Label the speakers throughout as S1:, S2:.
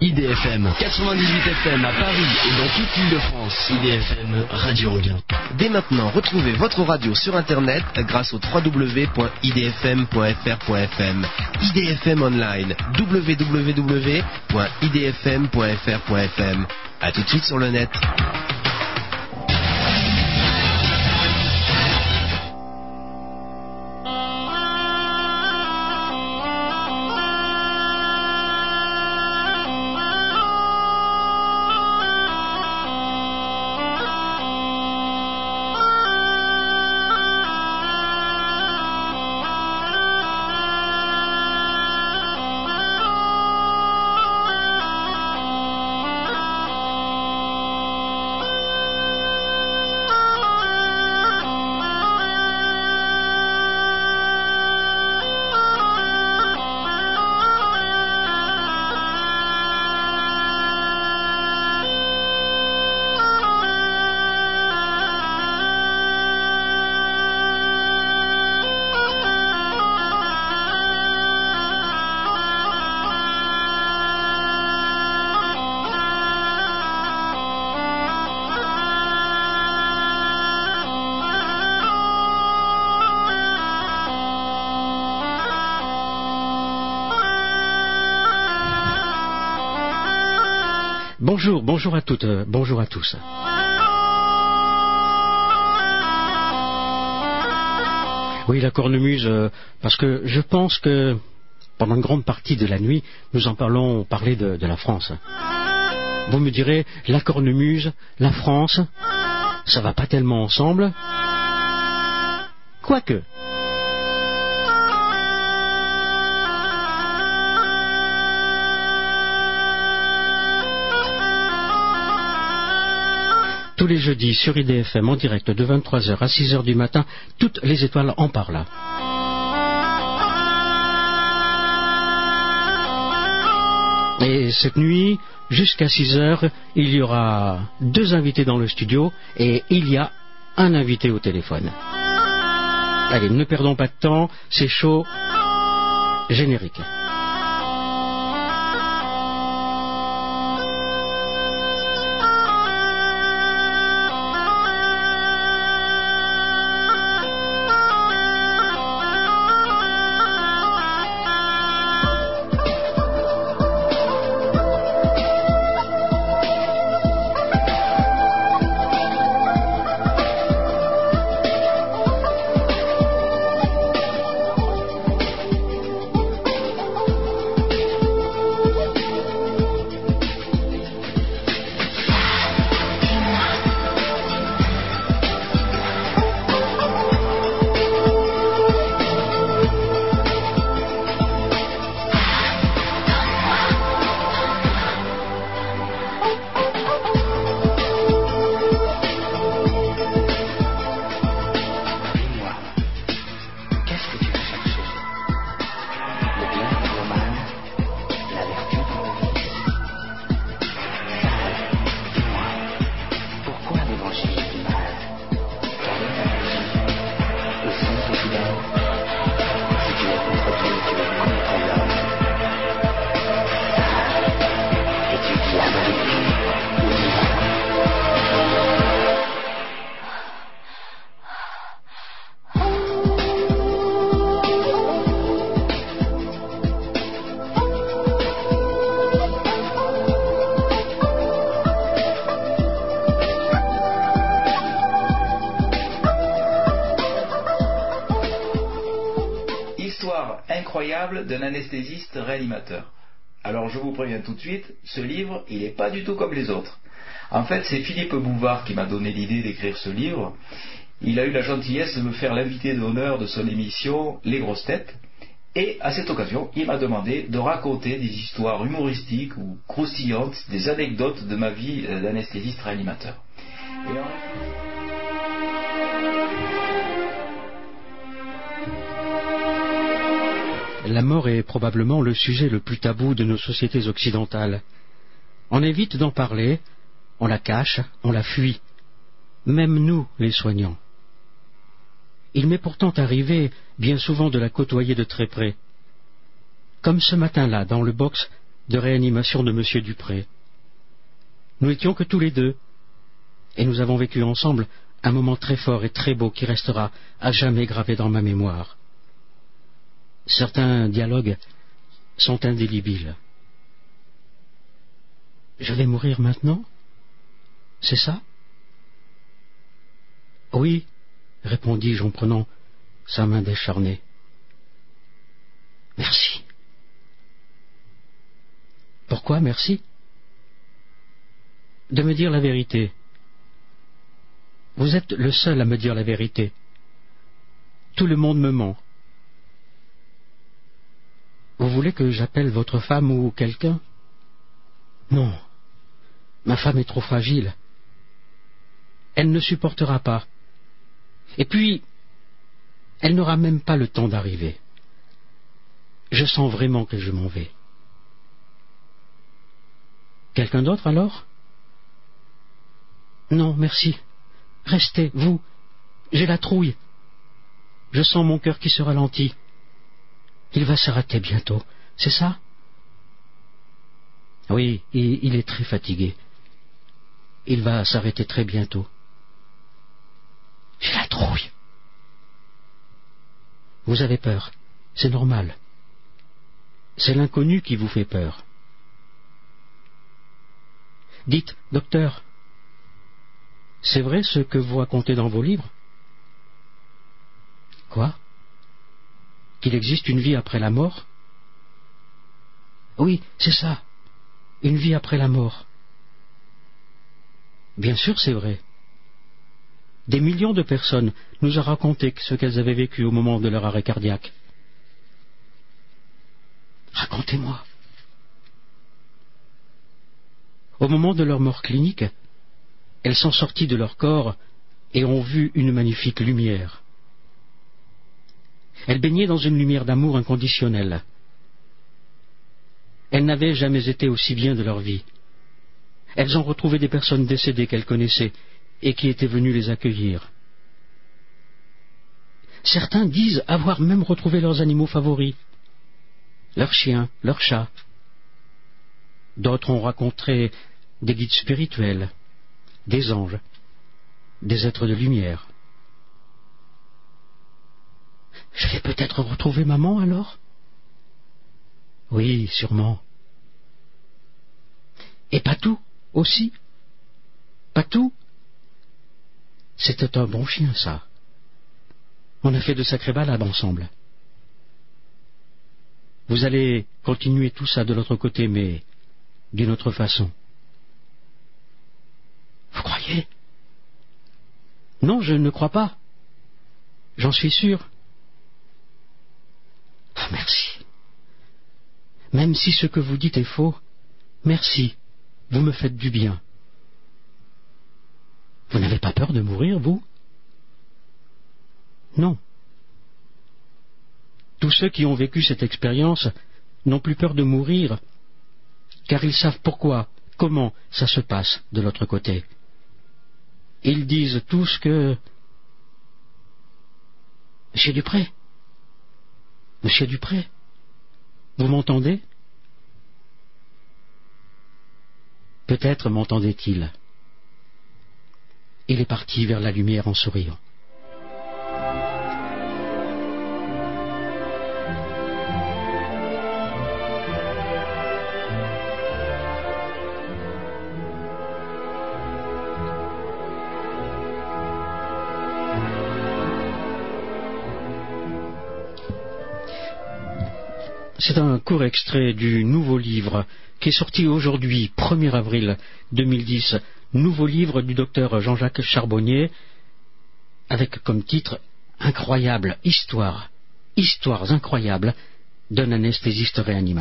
S1: IDFM 98 FM à Paris et dans toute l'Île-de-France. IDFM Radio Regain.
S2: Dès maintenant, retrouvez votre radio sur Internet grâce au www.idfm.fr.fm. IDFM Online, www.idfm.fr.fm. A tout de suite sur le net.
S3: Bonjour à toutes, bonjour à tous. Oui, la cornemuse, parce que je pense que pendant une grande partie de la nuit, nous en parler de la France. Vous me direz, la cornemuse, la France, ça va pas tellement ensemble. Quoique. Tous les jeudis sur IDFM en direct de 23h à 6h du matin, toutes les étoiles en parlent. Et cette nuit, jusqu'à 6h, il y aura 2 invités dans le studio et il y a un invité au téléphone. Allez, ne perdons pas de temps, c'est chaud, générique.
S4: D'un anesthésiste réanimateur. Alors je vous préviens tout de suite, ce livre, il n'est pas du tout comme les autres. En fait, c'est Philippe Bouvard qui m'a donné l'idée d'écrire ce livre. Il a eu la gentillesse de me faire l'invité d'honneur de son émission Les Grosses Têtes. Et à cette occasion, il m'a demandé de raconter des histoires humoristiques ou croustillantes, des anecdotes de ma vie d'anesthésiste réanimateur.
S3: La mort est probablement le sujet le plus tabou de nos sociétés occidentales. On évite d'en parler, on la cache, on la fuit. Même nous, les soignants. Il m'est pourtant arrivé bien souvent de la côtoyer de très près. Comme ce matin-là, dans le box de réanimation de M. Dupré. Nous n'étions que tous les deux, et nous avons vécu ensemble un moment très fort et très beau qui restera à jamais gravé dans ma mémoire. Certains dialogues sont indélébiles. Je vais mourir maintenant? C'est ça? Oui, répondis-je en prenant sa main décharnée. Merci. Pourquoi merci? De me dire la vérité. Vous êtes le seul à me dire la vérité. Tout le monde me ment. Vous voulez que j'appelle votre femme ou quelqu'un? Non. Ma femme est trop fragile. Elle ne supportera pas. Et puis, elle n'aura même pas le temps d'arriver. Je sens vraiment que je m'en vais. Quelqu'un d'autre alors? Non, merci. Restez, vous. J'ai la trouille. Je sens mon cœur qui se ralentit. Il va s'arrêter bientôt, c'est ça? Oui, il est très fatigué. Il va s'arrêter très bientôt. J'ai la trouille. Vous avez peur, c'est normal. C'est l'inconnu qui vous fait peur. Dites, docteur, c'est vrai ce que vous racontez dans vos livres? Quoi? Qu'il existe une vie après la mort? Oui, c'est ça. Une vie après la mort. Bien sûr, c'est vrai. Des millions de personnes nous ont raconté ce qu'elles avaient vécu au moment de leur arrêt cardiaque. Racontez-moi. Au moment de leur mort clinique, elles sont sorties de leur corps et ont vu une magnifique lumière. Elles baignaient dans une lumière d'amour inconditionnel. Elles n'avaient jamais été aussi bien de leur vie. Elles ont retrouvé des personnes décédées qu'elles connaissaient et qui étaient venues les accueillir. Certains disent avoir même retrouvé leurs animaux favoris, leurs chiens, leurs chats. D'autres ont rencontré des guides spirituels, des anges, des êtres de lumière. Je vais peut-être retrouver maman alors? Oui, sûrement. Et Patou aussi? Patou? C'était un bon chien, ça. On a fait de sacrées balades ensemble. Vous allez continuer tout ça de l'autre côté, mais d'une autre façon. Vous croyez? Non, je ne crois pas. J'en suis sûr. Ah, merci. Même si ce que vous dites est faux, merci. Vous me faites du bien. Vous n'avez pas peur de mourir, vous? Non. Tous ceux qui ont vécu cette expérience n'ont plus peur de mourir, car ils savent pourquoi, comment ça se passe de l'autre côté. Ils disent tous que... Monsieur Dupré? Monsieur Dupré? Vous m'entendez? Peut-être m'entendait-il. Il est parti vers la lumière en souriant. C'est un court extrait du nouveau livre qui est sorti aujourd'hui, 1er avril 2010, nouveau livre du docteur Jean-Jacques Charbonnier, avec comme titre « Incroyable histoire, histoires incroyables d'un anesthésiste réanimateur ».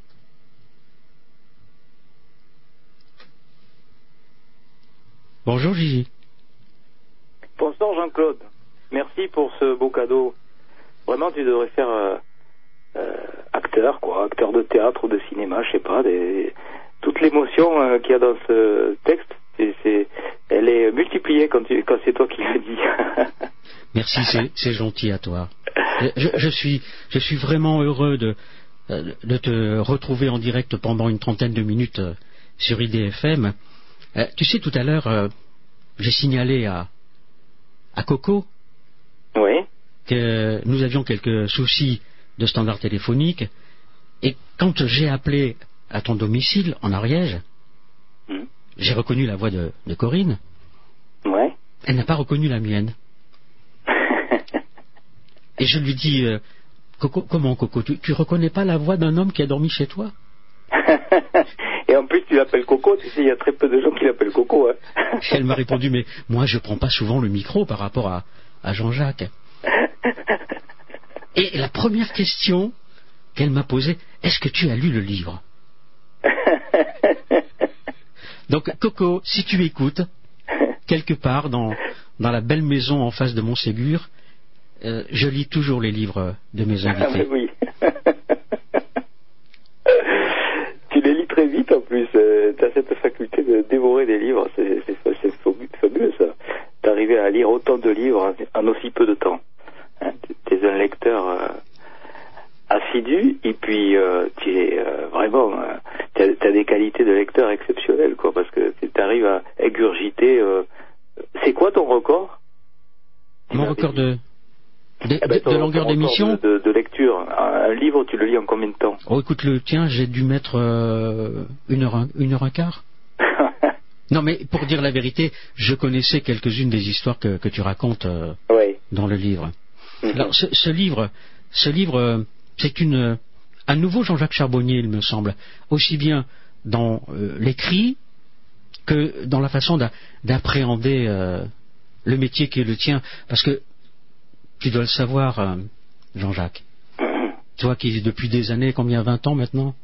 S3: Bonjour Gigi.
S5: Bonsoir Jean-Claude. Merci pour ce beau cadeau. Vraiment, tu devrais faire acteur, quoi, acteur de théâtre ou de cinéma, je sais pas. Toute l'émotion qu'il y a dans ce texte, elle est multipliée quand c'est toi qui le dis.
S3: Merci, c'est gentil à toi. Je suis vraiment heureux de te retrouver en direct pendant une trentaine de minutes sur IDFM. Tu sais, tout à l'heure, j'ai signalé à Coco que nous avions quelques soucis de standard téléphonique, et quand j'ai appelé à ton domicile en Ariège, j'ai reconnu la voix de Corinne.
S5: Ouais.
S3: Elle n'a pas reconnu la mienne. Et je lui dis, Coco, comment Coco, tu reconnais pas la voix d'un homme qui a dormi chez toi?
S5: Et en plus tu l'appelles Coco, tu sais, il y a très peu de gens qui l'appellent Coco. Hein.
S3: Elle m'a répondu, mais moi je prends pas souvent le micro par rapport à Jean-Jacques. Et la première question qu'elle m'a posée, est-ce que tu as lu le livre? Donc Coco, si tu écoutes, quelque part dans la belle maison en face de Montségur, je lis toujours les livres de mes invités.
S5: Oui. Tu les lis très vite en plus, tu as cette faculté de dévorer des livres, c'est fabuleux ça. D'arriver à lire autant de livres en aussi peu de temps. Hein, tu es un lecteur assidu, et puis tu es vraiment, tu as des qualités de lecteur exceptionnelles, quoi, parce que tu arrives à ingurgiter. C'est quoi ton record?
S3: Mon record de longueur d'émission,
S5: de lecture. Un livre, tu le lis en combien de temps?
S3: Oh, écoute, le tien, j'ai dû mettre 1h15. Non, mais pour dire la vérité, je connaissais quelques-unes des histoires que tu racontes dans le livre. Alors, ce livre, c'est un nouveau Jean-Jacques Charbonnier, il me semble, aussi bien dans l'écrit que dans la façon d'appréhender le métier qui est le tien, parce que tu dois le savoir, Jean-Jacques. Toi qui, depuis des années, combien, 20 ans maintenant?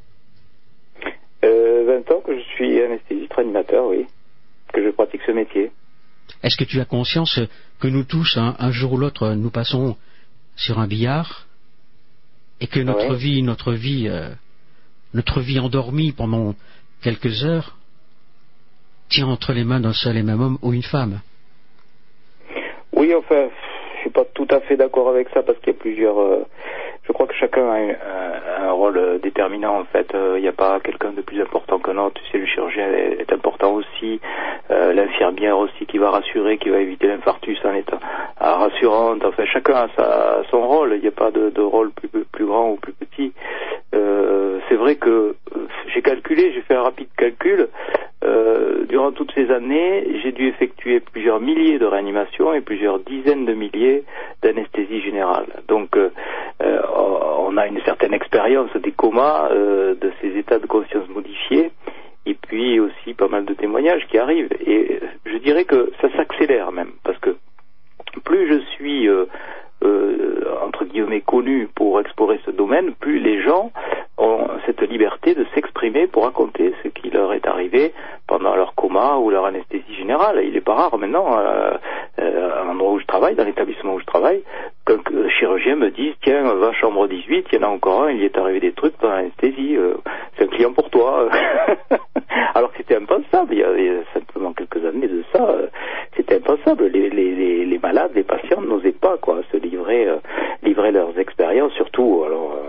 S5: 20 ans que je suis anesthésiste réanimateur, oui. Que je pratique ce métier.
S3: Est-ce que tu as conscience que nous tous, un jour ou l'autre, nous passons sur un billard, et que notre vie endormie pendant quelques heures tient entre les mains d'un seul et même homme ou une femme?
S5: Oui, enfin, je suis pas tout à fait d'accord avec ça, parce qu'il y a plusieurs... je crois que chacun a un rôle déterminant, en fait. Il n'y a pas quelqu'un de plus important qu'un autre. Tu sais, le chirurgien est important aussi. L'infirmière aussi, qui va rassurer, qui va éviter l'infarctus en étant rassurante. Enfin, chacun a son rôle. Il n'y a pas de rôle plus grand ou plus petit. C'est vrai que j'ai fait un rapide calcul. Durant toutes ces années, j'ai dû effectuer plusieurs milliers de réanimations et plusieurs dizaines de milliers d'anesthésie générale. Donc, on a une certaine expérience des comas, de ces états de conscience modifiés, et puis aussi pas mal de témoignages qui arrivent. Et je dirais que ça s'accélère même, parce que plus je suis entre guillemets connu pour explorer ce domaine, plus les gens ont cette liberté de s'exprimer pour raconter ce qui leur est arrivé pendant leur coma ou leur anesthésie générale. Il n'est pas rare maintenant, à l'endroit où je travaille, dans l'établissement où je travaille, qu'un chirurgien me dise « Tiens, va chambre 18, il y en a encore un, il y est arrivé des trucs pendant l'anesthésie, c'est un client pour toi. » Alors que c'était impensable, il y a simplement quelques années de ça, c'était impensable. Les malades, les patients n'osaient pas se livrer leurs expériences, surtout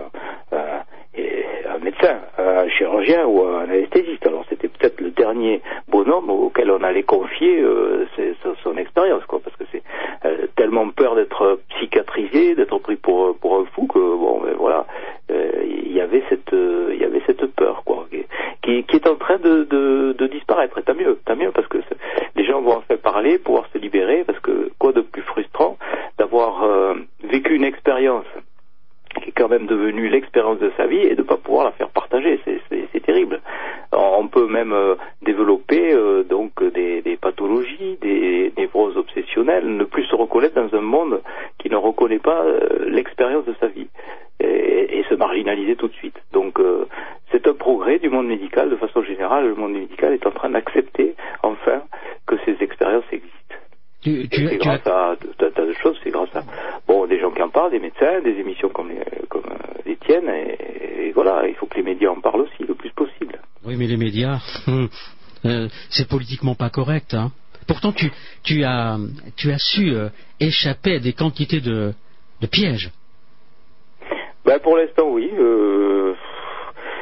S5: un médecin, un chirurgien ou un anesthésiste. Alors c'était peut-être le dernier bonhomme auquel on allait confier son expérience, parce que c'est tellement peur d'être psychiatrisé, d'être pris pour un fou, que il y avait cette peur, qui est en train de disparaître. Et tant mieux, parce que les gens vont en faire parler, pouvoir se libérer, parce que quoi de plus frustrant d'avoir vécu une expérience qui est quand même devenue l'expérience de sa vie et de ne pas pouvoir la faire partager. C'est terrible. On peut même développer des pathologies, des névroses obsessionnelles, ne plus se reconnaître dans un monde qui ne reconnaît pas l'expérience de sa vie et se marginaliser tout de suite. Donc c'est un progrès du monde médical. De façon générale, le monde médical est en train d'accepter enfin que ces expériences existent. C'est grâce à tas de choses, c'est grâce à des gens qui en parlent, des médecins, des émissions comme les tiennes, et voilà, il faut que les médias en parlent aussi le plus possible.
S3: Oui, mais les médias, c'est politiquement pas correct, hein. Pourtant, tu as su échapper à des quantités de pièges.
S5: Pour l'instant, oui.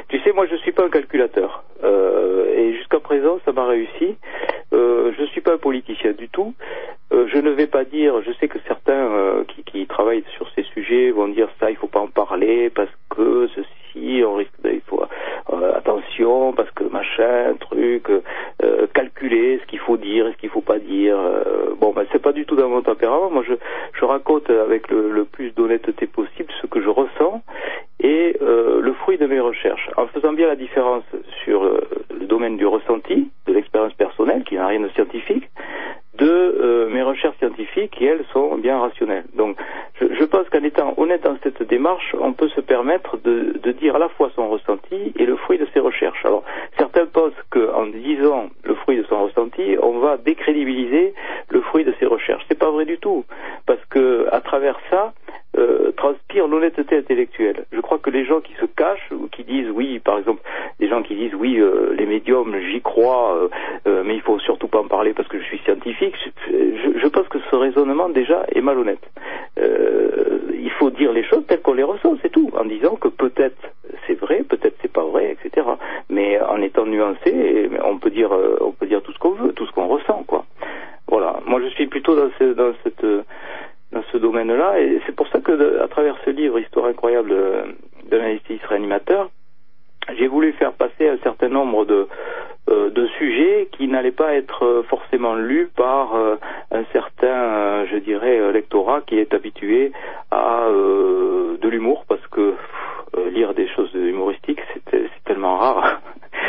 S5: Tu sais, moi je suis pas un calculateur. Et jusqu'à présent, ça m'a réussi. Je suis pas un politicien du tout. Je ne vais pas dire, je sais que certains qui travaillent sur ces sujets vont dire ça, il faut pas en parler parce que ceci, on risque il faut attention parce que machin, truc, calculer ce qu'il faut dire et ce qu'il faut pas dire. Bon, ben c'est pas du tout dans mon tempérament. Moi, je raconte avec le plus d'honnêteté possible ce que je ressens et le fruit de mes recherches, en faisant bien la différence sur le domaine du ressenti, de l'expérience personnelle, qui n'a rien de scientifique, de mes recherches scientifiques qui, elles, sont bien rationnelles. Donc, je pense qu'en étant honnête dans cette démarche, on peut se permettre de dire à la fois son ressenti et le fruit de ses recherches. Alors, certains pensent qu'en disant le fruit de son ressenti, on va décrédibiliser le fruit de ses recherches. C'est pas vrai du tout, parce que à travers ça, transpire l'honnêteté intellectuelle. Je crois que les gens qui se cachent ou qui disent oui, par exemple, des gens qui disent oui, les médiums, j'y crois, mais il faut surtout pas en parler parce que je suis scientifique, je pense que ce raisonnement déjà est malhonnête. Il faut dire les choses telles qu'on les ressent, c'est tout, en disant que peut-être c'est vrai, peut-être c'est pas vrai, etc. Mais en étant nuancé, on peut dire tout ce qu'on veut, tout ce qu'on ressent, quoi. Voilà. Moi, je suis plutôt dans ce domaine-là, et c'est pour ça que à travers ce livre, Histoire incroyable d'un anesthésiste réanimateur, j'ai voulu faire passer un certain nombre de sujets qui n'allaient pas être forcément lus par un certain, je dirais, lectorat qui est habitué à de l'humour, parce que lire des choses humoristiques, c'est tellement rare.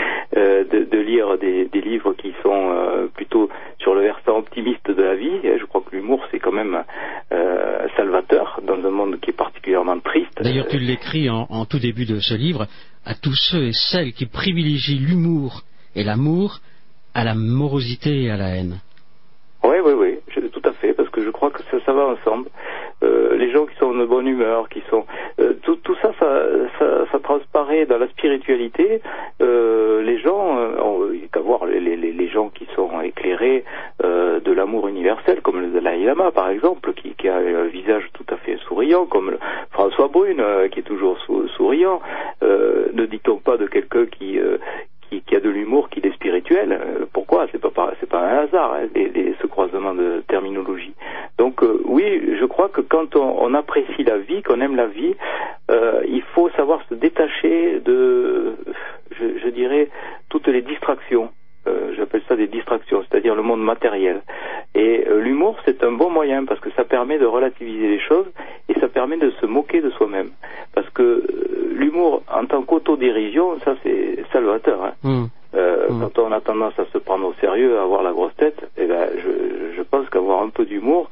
S5: De lire des livres qui sont plutôt sur le versant optimiste de la vie. Et je crois que l'humour, c'est quand même salvateur dans un monde qui est particulièrement triste.
S3: D'ailleurs, tu l'écris en tout début de ce livre, à tous ceux et celles qui privilégient l'humour et l'amour à la morosité et à la haine.
S5: Oui, tout à fait, parce que je crois que ça va ensemble. Les gens qui sont de bonne humeur, qui sont tout ça transparaît dans la spiritualité. Les gens, il y a qu'à voir les gens qui sont éclairés de l'amour universel, comme le Dalai Lama par exemple, qui a un visage tout à fait souriant, comme François Brune qui est toujours souriant. Ne dit-on pas de quelqu'un qui a de l'humour, qui est spirituel? Pourquoi? C'est pas un hasard, hein, ce croisement de terminologie. Donc oui, je crois que quand on apprécie la vie, qu'on aime la vie, il faut savoir se détacher de, je dirais, toutes les distractions. J'appelle ça des distractions, c'est-à-dire le monde matériel. Et l'humour, c'est un bon moyen parce que ça permet de relativiser les choses et ça permet de se moquer de soi-même. Parce que l'humour, en tant qu'autodérision, ça c'est salvateur. Hein. Quand on a tendance à se prendre au sérieux, à avoir la grosse tête, eh ben, je pense qu'avoir un peu d'humour,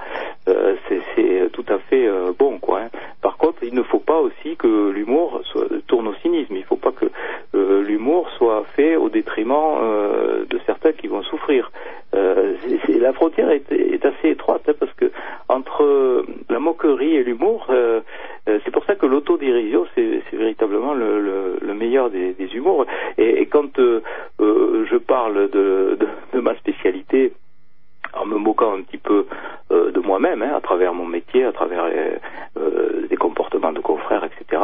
S5: c'est tout à fait bon, quoi. Hein. Par contre, il ne faut pas aussi que l'humour tourne au cynisme. Il ne faut pas que l'humour soit fait au détriment de certains qui vont souffrir. La frontière est assez étroite, hein, parce que entre la moquerie et l'humour, c'est pour ça que l'autodérision, c'est véritablement le meilleur des humours. Et quand je parle de ma spécialité, en me moquant un petit peu de moi-même, hein, à travers mon métier, à travers des comportements de confrères, etc.,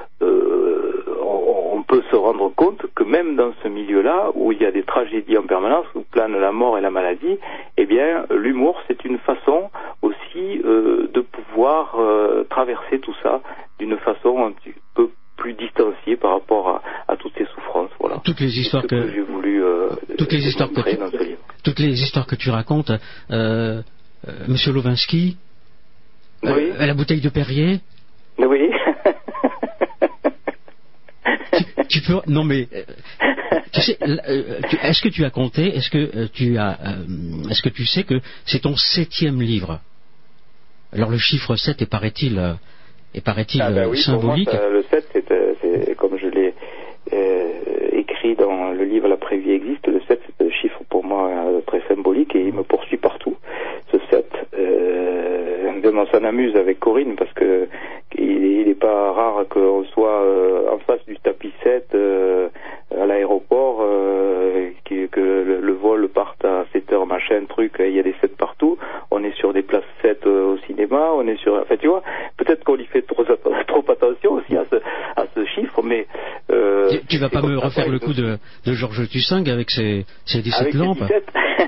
S5: on peut se rendre compte que même dans ce milieu-là, où il y a des tragédies en permanence, où planent la mort et la maladie, eh bien, l'humour, c'est une façon aussi de pouvoir traverser tout ça d'une façon un petit peu plus distanciée par rapport à toutes ces souffrances. Voilà.
S3: Toutes les histoires que j'ai voulu toutes les histoires que tu racontes, Monsieur Lewinsky,
S5: oui.
S3: La bouteille de Perrier.
S5: Oui.
S3: Tu peux, non mais tu sais, est-ce que tu as compté, est-ce que tu sais que c'est ton 7e livre? Alors le chiffre 7 paraît-il
S5: oui,
S3: symbolique.
S5: Pour moi, le 7 c'est comme je l'ai écrit dans le livre La Prévie existe, le 7 c'est un chiffre pour moi très symbolique et il me poursuit partout, ce 7. On s'en amuse avec Corinne parce que il n'est pas rare qu'on soit en face du tapis 7 à l'aéroport, que le vol parte à 7h, machin, truc, il y a des 7 partout, on est sur des places 7 au cinéma, on est sur... Enfin, tu vois, peut-être qu'on y fait trop attention aussi à ce chiffre, mais...
S3: Tu tu vas pas me refaire le coup de Georges Tussing avec ses 17
S5: avec
S3: lampes.
S5: Lui,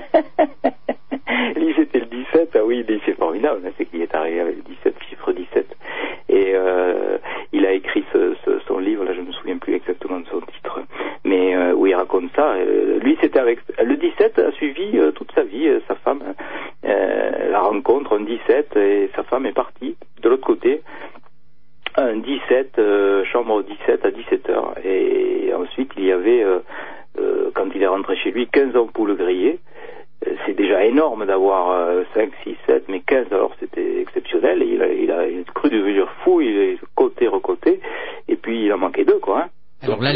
S5: c'était le 17. Ah oui, c'est formidable. C'est qu'il est arrivé avec le 17, chiffre 17. Et il a écrit son livre, là je me souviens plus exactement de son titre, mais où il raconte ça. Lui, c'était avec le 17, a suivi toute sa vie, sa femme, la rencontre, un 17, et sa femme est partie de l'autre côté. Un 17, chambre 17 à 17h. Et ensuite, il y avait, quand il est rentré chez lui, 15 ampoules grillées. C'est déjà énorme d'avoir 5, 6, 7, mais 15, alors c'était exceptionnel. Et il a cru devenir fou, il est côté, recoté, et puis il en manquait 2, quoi. Hein.
S3: Alors donc, la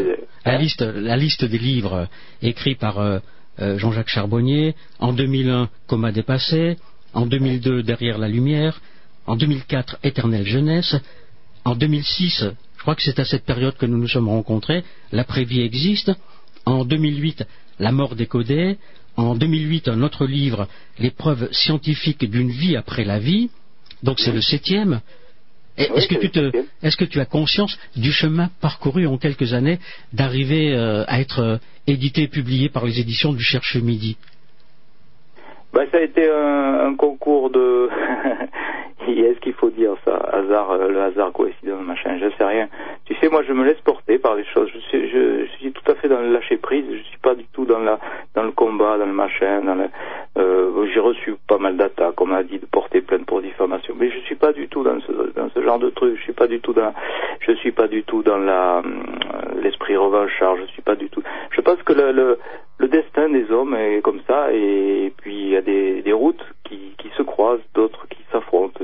S3: liste des livres écrits par Jean-Jacques Charbonnier, en 2001, Coma dépassé, en 2002, Derrière la lumière, en 2004, Éternelle jeunesse, en 2006, je crois que c'est à cette période que nous nous sommes rencontrés, L'après-vie existe, en 2008, La mort décodée, en 2008, un autre livre, Les preuves scientifiques d'une vie après la vie, donc c'est le 7e. Est-ce que tu as conscience du chemin parcouru en quelques années d'arriver à être édité et publié par les éditions du Cherche Midi?
S5: Ça a été un concours de... Est-ce qu'il faut dire ça? Le hasard coïncident, machin, je sais rien. Tu sais, moi je me laisse porter par les choses. Je suis tout à fait dans le lâcher prise. Je suis pas du tout dans le combat, dans le machin. J'ai reçu pas mal d'attaques, on m'a dit de porter plainte pour diffamation, mais je suis pas du tout dans ce genre de truc. Je suis pas du tout dans l'esprit revanchard. Je suis pas du tout. Je pense que le destin des hommes est comme ça, et puis il y a des routes qui se croisent, d'autres qui s'affrontent.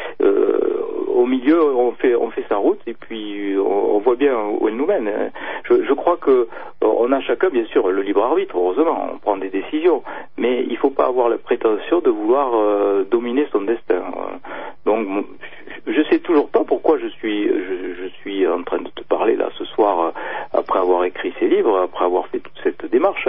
S5: Au milieu, on fait sa route, et puis on voit bien où elle nous mène. Je crois que on a chacun, bien sûr, le libre arbitre. Heureusement, on prend des décisions, mais il faut pas avoir la prétention de vouloir dominer son destin. Donc, je sais toujours pas pourquoi je suis en train de te parler là ce soir, après avoir écrit ces livres, après avoir fait toute cette démarche.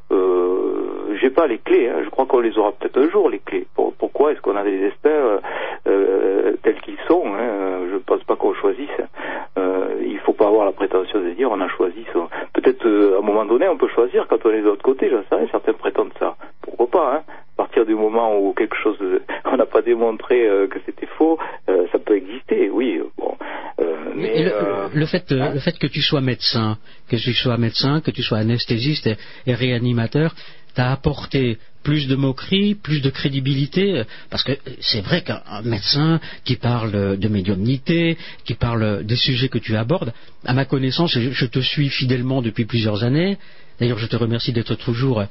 S5: J'ai pas les clés. Je crois qu'on les aura peut-être un jour, les clés. Pourquoi est-ce qu'on a des destins tels qu'ils sont? Je pense pas qu'on choisisse. Il faut pas avoir la prétention de dire on a choisi ça. Peut-être à un moment donné on peut choisir quand on est de l'autre côté, j'en sais rien, certains prétendent ça. Pourquoi pas, hein? À partir du moment où quelque chose, on n'a pas démontré que c'était faux, ça peut exister, oui. Bon. Mais
S3: le fait que tu sois médecin, que tu sois anesthésiste et réanimateur, t'a apporté plus de moquerie, plus de crédibilité, parce que c'est vrai qu'un médecin qui parle de médiumnité, qui parle des sujets que tu abordes, à ma connaissance, je te suis fidèlement depuis plusieurs années. D'ailleurs, je te remercie d'être toujours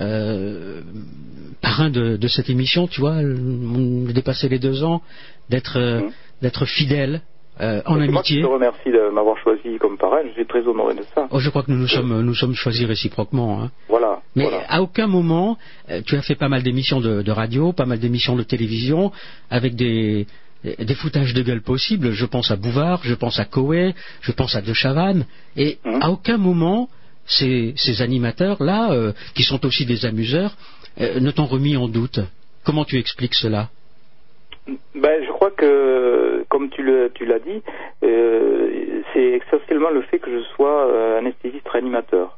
S3: parrain de cette émission, tu vois, on a dépassé les 2 ans, d'être fidèle. En amitié.
S5: Moi, je te remercie de m'avoir choisi comme parrain. Je suis très honoré de ça.
S3: Oh, je crois que nous sommes choisis réciproquement. Hein.
S5: Voilà.
S3: Mais
S5: voilà.
S3: à aucun moment, tu as fait pas mal d'émissions de radio, pas mal d'émissions de télévision, avec des foutages de gueule possibles. Je pense à Bouvard, je pense à Coé, je pense à De Chavannes. Et à aucun moment, ces animateurs-là, qui sont aussi des amuseurs, ne t'ont remis en doute. Comment tu expliques cela?
S5: Je crois que, comme tu l'as dit, c'est essentiellement le fait que je sois anesthésiste réanimateur.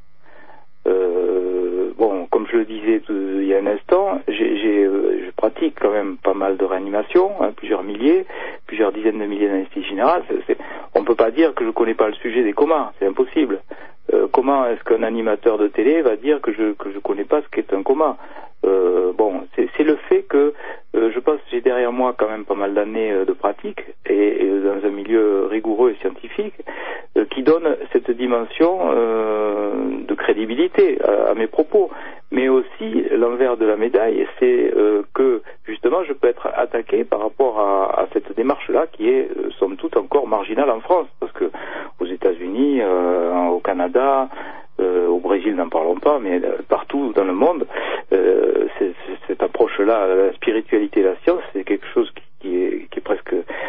S5: Comme je le disais il y a un instant, je pratique quand même pas mal de réanimation, plusieurs dizaines de milliers d'anesthésie générale. On ne peut pas dire que je ne connais pas le sujet des comas, c'est impossible. Comment est-ce qu'un animateur de télé va dire que je connais pas ce qu'est un coma? C'est le fait que je pense que j'ai derrière moi quand même pas mal d'années de pratique et dans un milieu rigoureux et scientifique qui donne cette dimension de crédibilité à mes propos. Mais aussi, l'envers de la médaille, c'est que justement je peux être attaqué par rapport à cette démarche-là qui est somme toute encore marginale en France, parce que aux États-Unis, au Canada, au Brésil, n'en parlons pas, mais partout dans le monde, cette approche-là, la spiritualité et la science, c'est quelque chose qui est presque...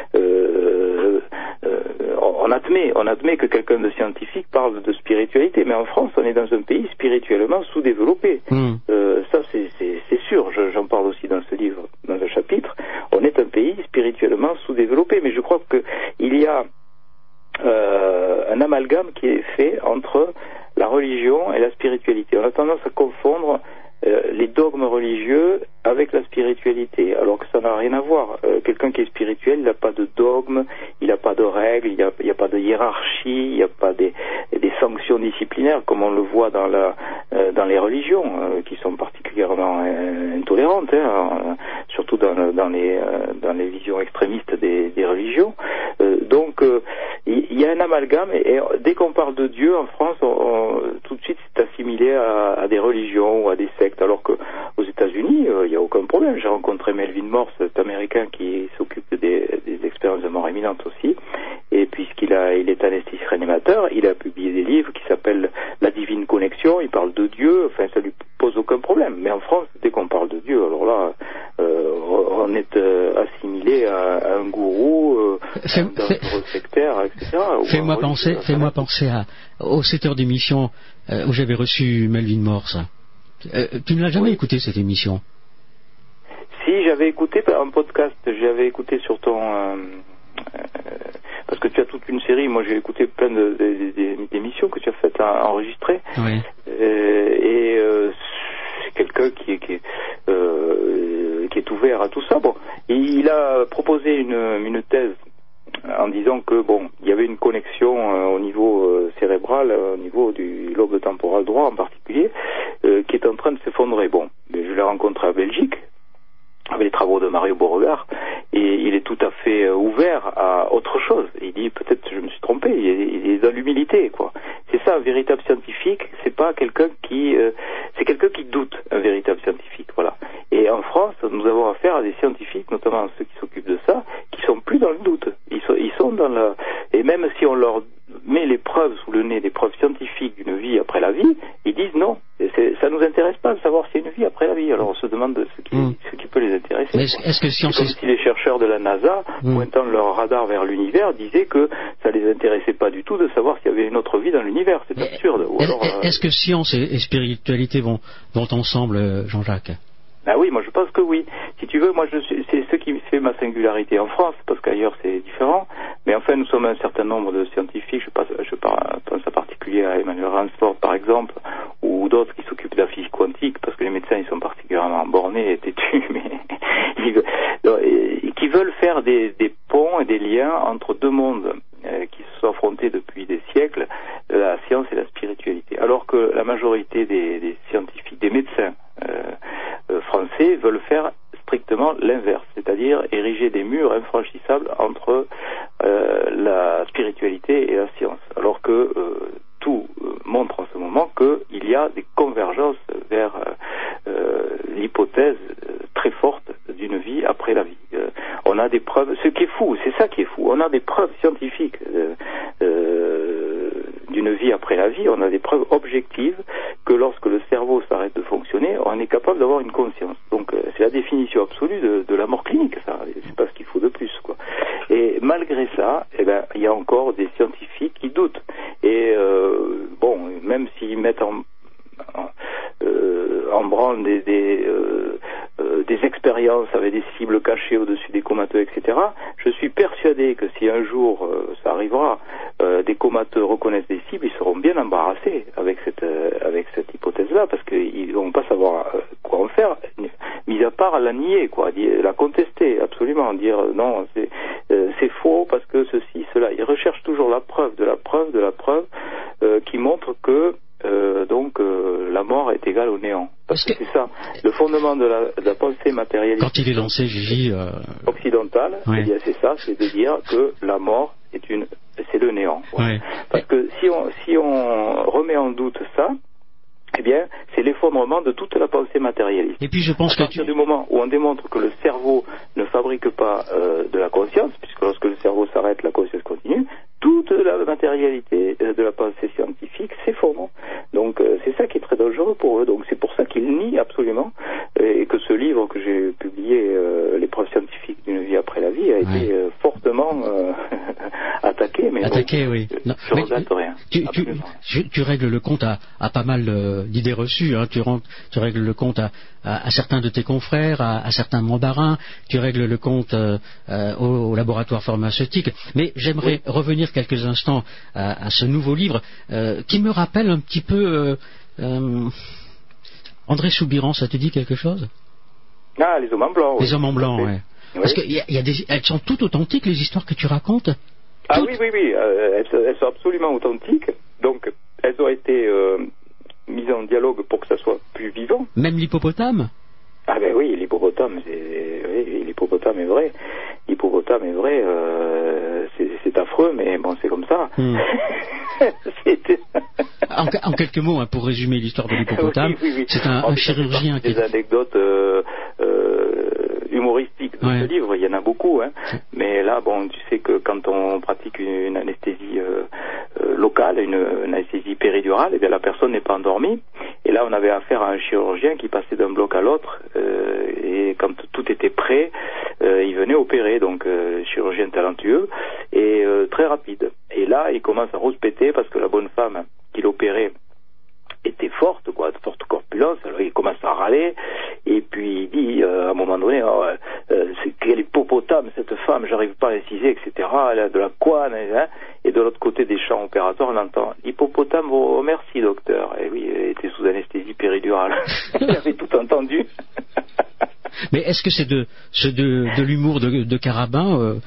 S5: on admet que quelqu'un de scientifique parle de spiritualité, mais en France, on est dans un pays spirituellement sous-développé. Ça, c'est sûr, j'en parle aussi dans ce livre, dans un chapitre. On est un pays spirituellement sous-développé, mais je crois qu'il y a un amalgame qui est fait entre tendance à confondre les dogmes religieux avec la spiritualité, alors que ça n'a rien à voir. Quelqu'un qui est spirituel, il n'a pas de dogme, il n'a pas de règles, il n'y a pas de hiérarchie, il n'y a pas des sanctions disciplinaires comme on le voit dans les religions, qui sont particulièrement intolérantes, surtout dans les visions extrémistes des religions. Donc il y a un amalgame, et dès qu'on parle de Dieu en France, tout de suite c'est assimilé à des religions ou à des sectes, alors qu'aux États-Unis, il n'y a aucun problème. J'ai rencontré Melvin Morse, cet Américain qui s'occupe des expériences de mort imminente aussi, et puisqu'il est anesthésiste réanimateur, il a publié des livres qui s'appellent La Divine Connexion, il parle de Dieu, enfin ça lui pose aucun problème. Mais en France, dès qu'on parle de Dieu, alors là, on est assimilé à un gourou, un sectaire, etc.
S3: Fais-moi penser au 7 heures d'émission où j'avais reçu Melvin Morse. Tu ne l'as jamais écouté, cette émission?
S5: Si, j'avais écouté un podcast, j'avais écouté sur ton... parce que tu as toute une série, moi j'ai écouté plein d'émissions que tu as faites enregistrer.
S3: Oui.
S5: C'est quelqu'un qui est ouvert à tout ça. Bon, il a proposé une thèse en disant que il y avait une connexion au niveau cérébral, au niveau du lobe temporal droit en particulier, qui est en train de s'effondrer. Bon, mais je l'ai rencontré à Belgique avec les travaux de Mario Beauregard, et il est tout à fait ouvert à autre chose. Il dit peut-être je me suis trompé, il est dans l'humilité, quoi. C'est ça, un véritable scientifique, c'est pas quelqu'un c'est quelqu'un qui doute, un véritable scientifique, voilà. Et en France, nous avons affaire à des scientifiques, notamment ceux qui s'occupent de ça, qui sont plus dans le doute. Ils sont dans et même si on leur met les preuves sous le nez, des preuves scientifiques d'une vie après la vie, ils disent non, ça nous intéresse pas de savoir s'il y a une vie après la vie. Alors on se demande ce qui peut les intéresser.
S3: Mais est-ce que
S5: c'est comme si les chercheurs de la NASA, pointant leur radar vers l'univers, disaient que ça les intéressait pas du tout de savoir s'il y avait une autre vie dans l'univers. C'est absurde.
S3: Est-ce que science et spiritualité vont ensemble, Jean-Jacques?
S5: Ah oui, moi je pense que oui. Si tu veux, c'est ce qui fait ma singularité en France, parce qu'ailleurs c'est différent. Mais enfin, nous sommes un certain nombre de scientifiques. Je pense en particulier à Emmanuel Ransford, par exemple, ou d'autres qui s'occupent de la physique quantique, parce que les médecins ils sont particulièrement bornés et têtus, mais qui veulent faire des ponts et des liens entre deux mondes qui se sont affrontés depuis des siècles, la science et la spiritualité. Alors que la majorité des scientifiques, des médecins français veulent faire strictement l'inverse, c'est-à-dire ériger des murs infranchissables entre la spiritualité et la science, alors que tout montre en ce moment qu'il y a des convergences vers l'hypothèse très forte d'une vie après la vie. On a des preuves, ce qui est fou, c'est ça qui est fou, on a des preuves scientifiques d'une vie après la vie, on a des preuves objectives que lorsque le cerveau s'arrête de fonctionner, on est capable d'avoir une conscience. Donc c'est la définition absolue de la mort clinique, ça, c'est pas ce qu'il faut de plus, quoi. Et malgré ça, il y a encore des scientifiques qui doutent. Et même s'ils mettent en branle des expériences avec des cibles cachées au-dessus des comateux, etc., je suis persuadé que si un jour ça arrivera, des comateux reconnaissent des cibles, ils seront bien embarrassés avec cette hypothèse-là, parce qu'ils ne vont pas savoir quoi en faire, mis à part la nier, quoi, la contester, absolument, dire non, c'est faux parce que ceci, cela. Ils recherchent toujours la preuve de la preuve de la preuve qui montre que la mort est égale au néant. Parce que c'est ça, le fondement de la pensée matérialiste.
S3: Quand il est lancé, Gigi,
S5: occidentale,
S3: oui.
S5: C'est ça, c'est de dire que la mort c'est le néant. Voilà.
S3: Oui.
S5: Parce que si on remet en doute ça, eh bien, c'est l'effondrement de toute la pensée matérialiste.
S3: Et puis je pense
S5: à partir du moment où on démontre que le cerveau ne fabrique pas de la conscience, puisque lorsque le cerveau s'arrête, la conscience continue, toute la matérialité de la pensée scientifique s'effondre. Donc c'est ça qui est très dangereux pour eux. Donc c'est pour ça qu'ils nient absolument, et que ce livre que j'ai publié, Les preuves scientifiques d'une vie après la vie, a été fortement attaqué. Mais
S3: oui.
S5: Je ne regrette rien.
S3: Tu règles le compte à pas mal d'idées reçues. Hein. Tu règles le compte à certains de tes confrères, à certains mandarins. Tu règles le compte au laboratoire pharmaceutique. Mais j'aimerais revenir quelques instants à ce nouveau livre qui me rappelle un petit peu André Soubiran, ça te dit quelque chose?
S5: Ah, les hommes en blanc.
S3: Les hommes en blanc, ouais.
S5: Oui.
S3: Parce elles sont toutes authentiques, les histoires que tu racontes?
S5: Ah oui, elles sont absolument authentiques. Donc, elles ont été mises en dialogue pour que ça soit plus vivant.
S3: Même l'hippopotame?
S5: Ah ben oui, l'hippopotame est vrai. L'hippopotame est vrai, c'est affreux, mais bon, c'est comme ça.
S3: En quelques mots, hein, pour résumer l'histoire de l'hippopotame, oui. C'est un chirurgien qui...
S5: Des anecdotes humoristiques dans ce livre, il y en a beaucoup, hein. Mais là, bon, tu sais que quand on pratique une anesthésie locale, une anesthésie péridurale, et bien la personne n'est pas endormie. Et là, on avait affaire à un chirurgien qui passait d'un bloc à l'autre, et quand tout était prêt, il venait opérer, donc chirurgien talentueux et très rapide. Et là, il commence à rouspéter parce que la bonne femme qui l'opérait était forte, de forte corpulence. Alors il commence à râler, et puis il dit à un moment donné, c'est quel hippopotame cette femme, j'arrive pas à inciser, etc. Elle a de la couenne, hein. Et de l'autre côté des champs opératoires, on entend hippopotame, oh merci docteur. Et oui, elle était sous anesthésie péridurale. Il avait tout entendu.
S3: Mais est-ce que c'est de l'humour de Carabin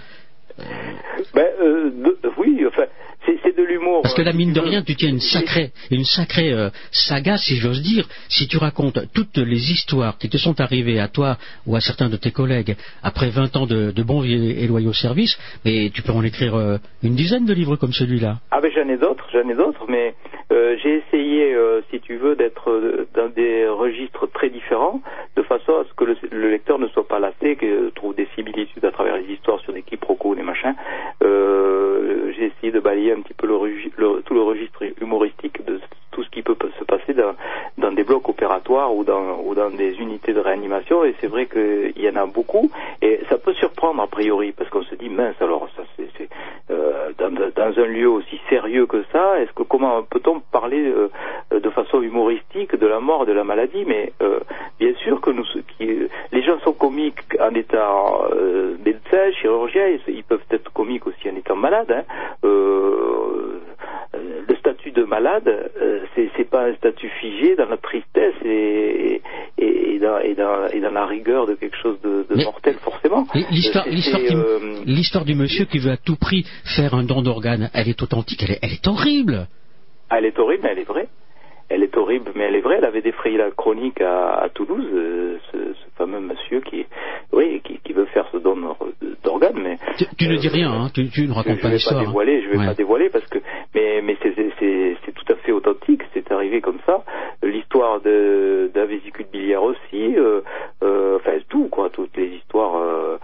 S5: oui, enfin, c'est de l'humour.
S3: Parce que la mine de rien, tu tiens une sacrée saga, si j'ose dire, si tu racontes toutes les histoires qui te sont arrivées à toi ou à certains de tes collègues après 20 ans de bons et loyaux services, mais tu peux en écrire une dizaine de livres comme celui-là.
S5: Ah ben j'en ai d'autres, mais j'ai essayé, si tu veux, d'être dans des registres très différents, de façon à ce que le lecteur ne soit pas lassé, qu'il trouve des similitudes à travers les histoires sur des quiproquos, des machins. J'ai essayé de balayer un petit peu tout le registre humoristique de tout ce qui peut se passer dans des blocs opératoires ou dans des unités de réanimation, et c'est vrai qu'il y en a beaucoup, et ça peut surprendre a priori, parce qu'on se dit, mince, alors ça c'est dans un lieu aussi sérieux que ça, comment peut-on parler de façon humoristique de la mort et de la maladie? Mais bien sûr que les gens sont comiques en étant médecins, chirurgiens, ils peuvent être comiques aussi en étant malades, hein. Le statut de malade, c'est pas un statut figé dans la tristesse et dans la rigueur de quelque chose de mortel, forcément.
S3: L'histoire du monsieur qui veut à tout prix faire un don d'organe, elle est authentique, elle est horrible.
S5: Elle est horrible, mais elle est vraie. Elle est horrible, mais elle est vraie. Elle avait défrayé la chronique à Toulouse, ce fameux monsieur qui veut faire ce don d'organes. Mais
S3: tu ne dis rien, hein, tu ne racontes pas l'histoire.
S5: Je vais pas dévoiler parce que, mais c'est tout à fait authentique. C'est arrivé comme ça. L'histoire d'un vésicule biliaire aussi. Enfin tout quoi, toutes les histoires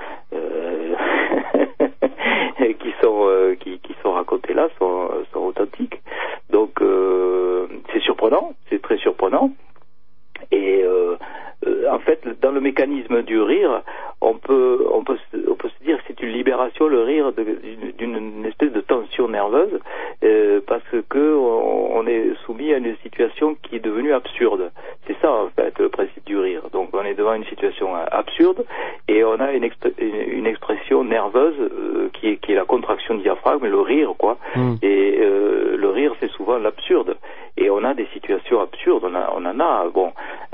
S5: qui sont racontées là sont authentiques. Donc c'est surprenant, c'est très surprenant. Et en fait, dans le mécanisme du rire, on peut se dire que c'est une libération, le rire, d'une espèce de tension nerveuse, parce que on est soumis à une situation qui est devenue absurde. C'est ça, en fait, le principe du rire. Donc, on est devant une situation absurde, et on a une expression nerveuse qui est la contraction du diaphragme, le rire, quoi. Et le rire, c'est souvent l'absurde. Et on a des situations absurdes, on en a, bon...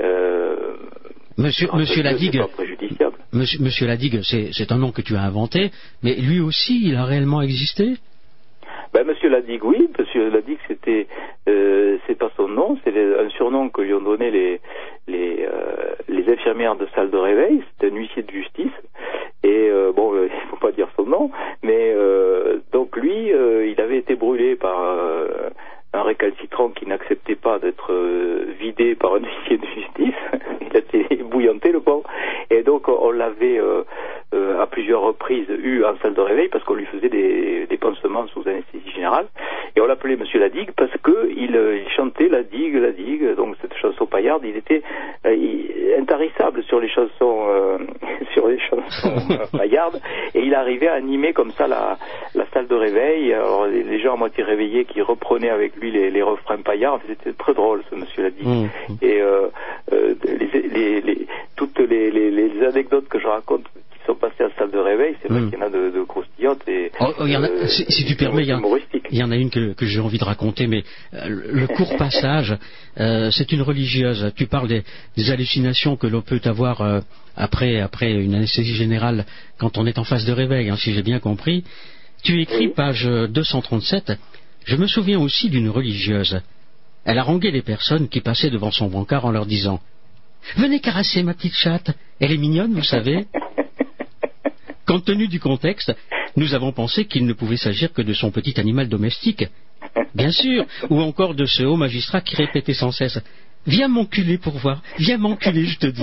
S3: Monsieur Ladigue, Monsieur Ladigue, c'est un nom que tu as inventé, mais lui aussi, il a réellement existé?
S5: Ben, Monsieur Ladigue, oui. Monsieur Ladigue, c'est pas son nom, c'est un surnom que lui ont donné les infirmières de salle de réveil. C'était un huissier de justice. Et il faut pas dire son nom, mais donc lui, il avait été brûlé par un récalcitrant qui n'acceptait pas d'être vidé par un huissier de justice. Il a été bouillanté, le pauvre. Et donc on l'avait à plusieurs reprises eu en salle de réveil parce qu'on lui faisait des pansements sous anesthésie générale. Et on l'appelait Monsieur Ladigue parce que il chantait la digue. Donc cette chanson paillarde, il était intarissable sur les chansons paillardes. Et il arrivait à animer comme ça la salle de réveil. Alors les gens à moitié réveillés qui reprenaient avec lui les refrains paillards, c'était très drôle ce Monsieur Ladigue. Et toutes les anecdotes que je raconte qui sont passés à la salle de réveil, c'est vrai qu'il y en a de croustillantes et
S3: si tu permets, il y en a une que j'ai envie de raconter, mais le court passage, c'est une religieuse. Tu parles des hallucinations que l'on peut avoir après une anesthésie générale quand on est en phase de réveil, hein, si j'ai bien compris. Tu écris, page 237, « Je me souviens aussi d'une religieuse. Elle haranguait les personnes qui passaient devant son brancard en leur disant « Venez caresser ma petite chatte, elle est mignonne, vous savez. » Compte tenu du contexte, nous avons pensé qu'il ne pouvait s'agir que de son petit animal domestique. Bien sûr, ou encore de ce haut magistrat qui répétait sans cesse « Viens m'enculer pour voir, viens m'enculer, je te dis. »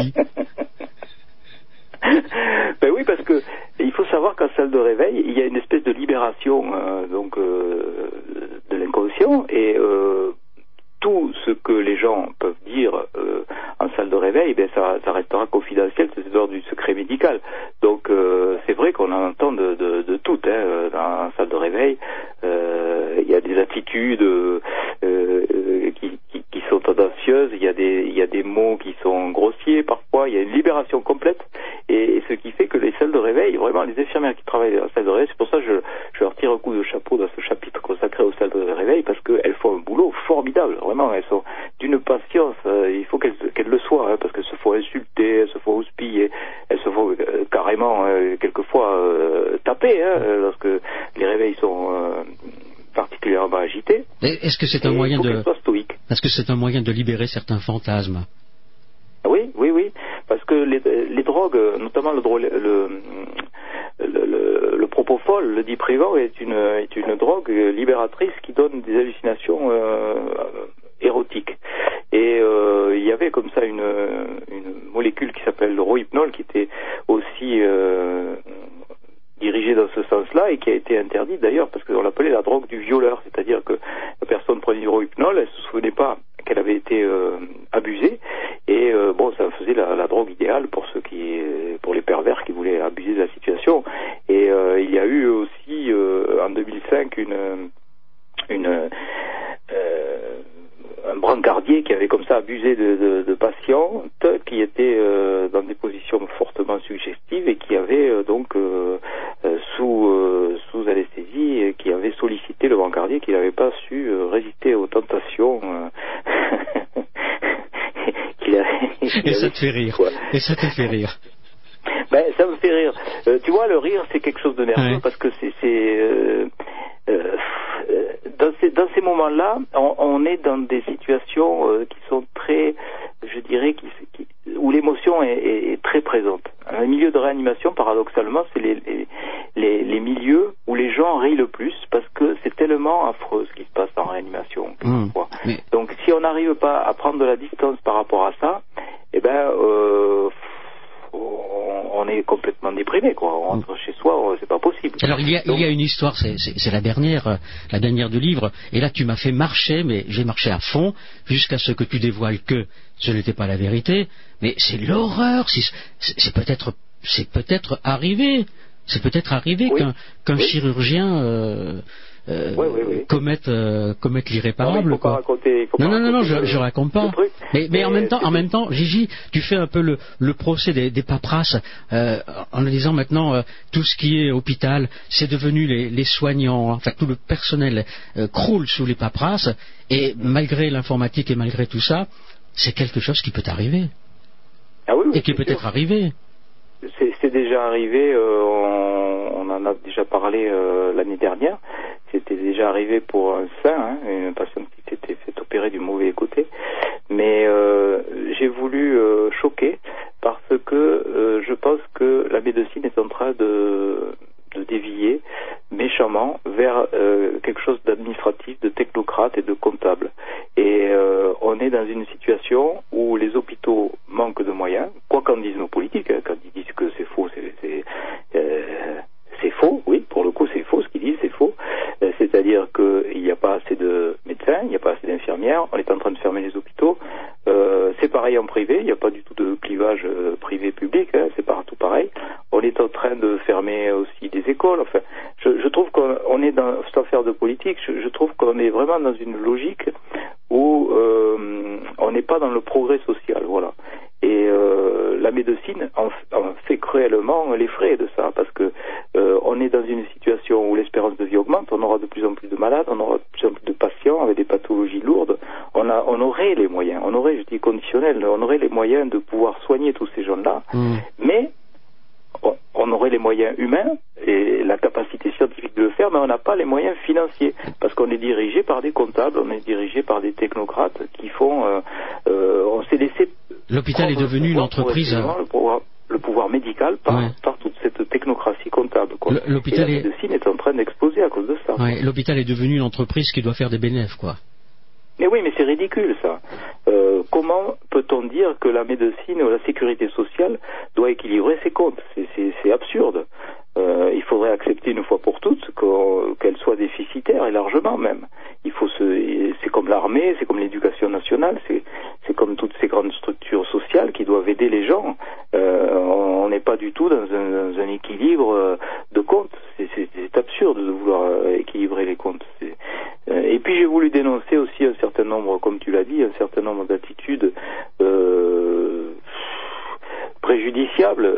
S5: Ben oui, parce que il faut savoir qu'en salle de réveil, il y a une espèce de libération de l'inconscient et tout ce que les gens peuvent dire en salle de réveil, ben ça restera confidentiel, c'est d'ordre du secret médical. Donc c'est vrai qu'on en entend de tout dans la salle de réveil. Il y a des attitudes qui sont tendancieuses, il y a des mots qui sont grossiers parfois, il y a une libération complète et ce qui fait que les salles de réveil, vraiment les infirmières qui travaillent dans la salle de réveil, c'est pour ça que je leur tire un coup de chapeau dans ce chapitre consacré aux salles de réveil parce qu'elles font un boulot formidable, vraiment elles sont d'une patience, il faut qu'elles le soient, parce qu'elles se font insulter, elles se font houspiller, elles se font carrément quelquefois taper lorsque les réveils sont particulièrement agités.
S3: Est-ce que c'est un moyen de libérer certains fantasmes?
S5: Oui, parce que les drogues, notamment le propofol, le diprivan, est une drogue libératrice qui donne des hallucinations érotiques. Et il y avait comme ça une molécule qui s'appelle le rohypnol qui était aussi dirigée dans ce sens-là et qui a été interdite d'ailleurs parce qu'on l'appelait la drogue du violeur, c'est-à-dire que la personne prenait du rohypnol, elle se souvenait pas qu'elle avait été abusée et ça faisait la drogue idéale pour pour les pervers qui voulaient abuser de la situation. Et il y a eu aussi en 2005 un brancardier qui avait comme ça abusé de patientes qui étaient dans des positions fortement suggestives et qui avait sous anesthésie et qui avait sollicité le brancardier qui n'avait pas su résister aux tentations
S3: Et ça te fait rire. Ouais. Et ça te fait rire.
S5: Ben, ça me fait rire. Tu vois, le rire, c'est quelque chose de nerveux parce que dans ces moments-là, on est dans des situations qui sont très, je dirais, où l'émotion est très présente. Un milieu de réanimation, paradoxalement, c'est les milieux où les gens rient le plus parce que c'est tellement affreux ce qui se passe en réanimation. Donc, si on n'arrive pas à prendre de la distance par rapport à ça, on est complètement déprimé, quoi. On rentre chez soi, c'est pas possible.
S3: Alors il y a une histoire, c'est la dernière du livre, et là tu m'as fait marcher, mais j'ai marché à fond, jusqu'à ce que tu dévoiles que ce n'était pas la vérité, mais c'est l'horreur, c'est peut-être arrivé qu'un chirurgien commette l'irréparable. Non, je raconte pas. Mais en même temps, Gigi, tu fais un peu le procès des paperasses en disant maintenant tout ce qui est hôpital, c'est devenu les soignants, enfin tout le personnel croule sous les paperasses et malgré l'informatique et malgré tout ça, c'est quelque chose qui peut arriver. Et qui peut être arrivé.
S5: C'est déjà arrivé, on en a déjà parlé l'année dernière. C'était déjà arrivé pour un sein, une personne qui s'était fait opérer du mauvais côté. Mais j'ai voulu choquer parce que je pense que la médecine est en train de dévier méchamment vers quelque chose d'administratif, de technocrate et de comptable. Et on est dans une situation où les hôpitaux manquent de moyens, quoi qu'en disent nos politiques, quand ils disent que c'est faux, c'est faux, oui, pour le coup c'est faux, ce qu'ils disent c'est faux, c'est-à-dire qu'il n'y a pas assez de médecins, il n'y a pas assez d'infirmières, on est en train de fermer les hôpitaux, c'est pareil en privé, il n'y a pas du tout de clivage privé-public, c'est partout pareil, on est en train de fermer aussi des écoles, enfin, je trouve qu'on est dans, sans faire de politique, je trouve qu'on est vraiment dans une logique où on n'est pas dans le progrès social, voilà. Et la médecine en fait réellement les frais de ça, parce que on est dans une situation où l'espérance de vie augmente, on aura de plus en plus de malades, on aura de plus en plus de patients avec des pathologies lourdes. On aurait les moyens, je dis conditionnel, on aurait les moyens de pouvoir soigner tous ces gens-là, mais on aurait les moyens humains et la capacité scientifique de le faire, mais on n'a pas les moyens financiers, parce qu'on est dirigé par des comptables, on est dirigé par des technocrates qui font... on s'est laissé...
S3: L'hôpital est devenu une entreprise...
S5: Le pouvoir médical par toute cette technocratie comptable.
S3: L'hôpital
S5: et la médecine est en train d'exploser à cause de ça.
S3: Ouais, l'hôpital est devenu une entreprise qui doit faire des bénéfices, quoi.
S5: Mais oui, mais c'est ridicule, ça. Comment peut-on dire que la médecine ou la sécurité sociale doit équilibrer ses comptes ? C'est absurde. Il faudrait accepter une fois pour toutes qu'elle soit déficitaire, et largement même. C'est comme l'armée, c'est comme l'éducation nationale, c'est comme toutes ces grandes structures sociales qui doivent aider les gens. On n'est pas du tout dans un équilibre de comptes. C'est absurde de vouloir équilibrer les comptes. Et puis j'ai voulu dénoncer aussi un certain nombre, comme tu l'as dit, un certain nombre d'attitudes préjudiciables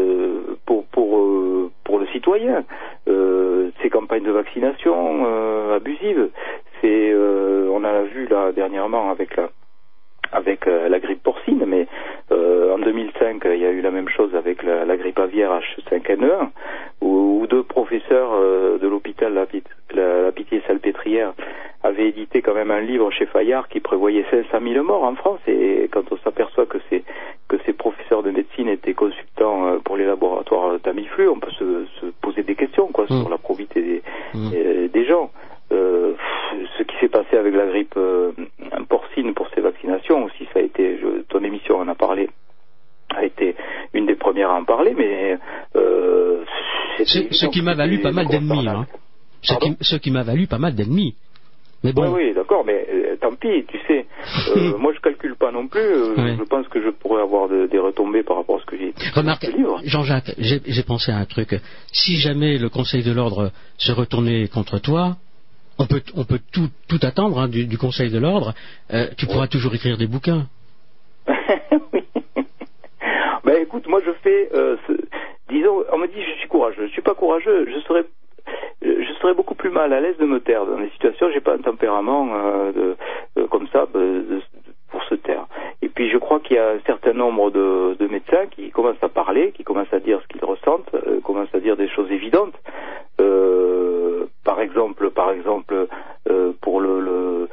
S5: pour le citoyen. Ces campagnes de vaccination abusives, on a vu là dernièrement avec la grippe porcine, mais en 2005 il y a eu la même chose avec la grippe aviaire H5N1, où deux professeurs de l'hôpital la Pitié-Salpêtrière avaient édité quand même un livre chez Fayard qui prévoyait 500 000 morts en France, et quand on s'aperçoit que ces professeurs de médecine étaient consultants pour les laboratoires Tamiflu, on peut se poser des questions sur la probité des gens. Ce qui s'est passé avec la grippe porcine pour ces vaccinations aussi, ça a été, ton émission en a parlé, a été une des premières à en parler, mais
S3: ce qui m'a valu pas mal d'ennemis, ce qui m'a valu pas mal d'ennemis. Mais bon.
S5: Oui, d'accord, mais tant pis, tu sais, moi je calcule pas non plus, je pense que je pourrais avoir des retombées par rapport à ce que j'ai dit.
S3: Remarque, Jean-Jacques, j'ai pensé à un truc. Si jamais le Conseil de l'Ordre se retournait contre toi, on peut tout attendre du Conseil de l'Ordre, tu pourras toujours écrire des bouquins.
S5: Oui. Ben écoute, moi je fais, disons, on me dit je suis courageux, je suis pas courageux, je serais beaucoup plus mal à l'aise de me taire dans des situations. J'ai pas un tempérament comme ça pour se taire. Et puis je crois qu'il y a un certain nombre de médecins qui commencent à parler, qui commencent à dire ce qu'ils ressentent, commencent à dire des choses évidentes. Par exemple, pour le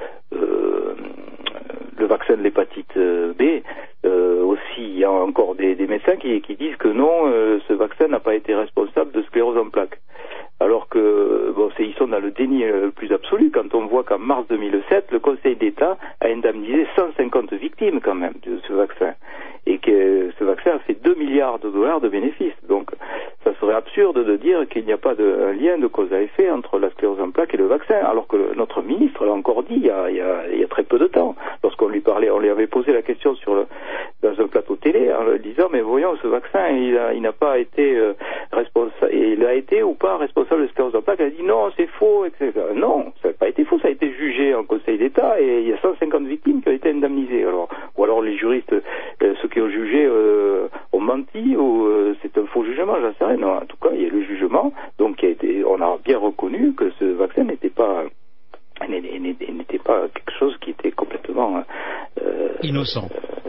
S5: vaccin de l'hépatite B, aussi il y a encore des médecins qui disent que non, ce vaccin n'a pas été responsable de sclérose en plaques. Alors que ils sont dans le déni le plus absolu quand on voit qu'en mars 2007, le Conseil d'État a indemnisé 150 victimes quand même de ce vaccin, et que ce vaccin a fait 2 milliards de dollars de bénéfices. Donc ça serait absurde de dire qu'il n'y a pas un lien de cause à effet entre la sclérose en plaques et le vaccin, alors que notre ministre l'a encore dit il y a très peu de temps, lorsqu'on lui parlait, on lui avait posé la question dans un plateau télé en lui disant mais voyons, ce vaccin il n'a pas été responsable, il a été ou pas responsable de sclérose en plaques. Elle a dit non, c'est faux, etc. Non, ça n'a pas été faux, ça a été jugé en Conseil d'État et il y a 150 victimes qui ont été indemnisées. Ou alors les juristes, ceux qui ont jugé ont menti, ou c'est un faux jugement, j'en sais rien. Non, en tout cas, il y a le jugement, donc on a bien reconnu que ce vaccin n'était pas quelque chose qui était complètement
S3: innocent.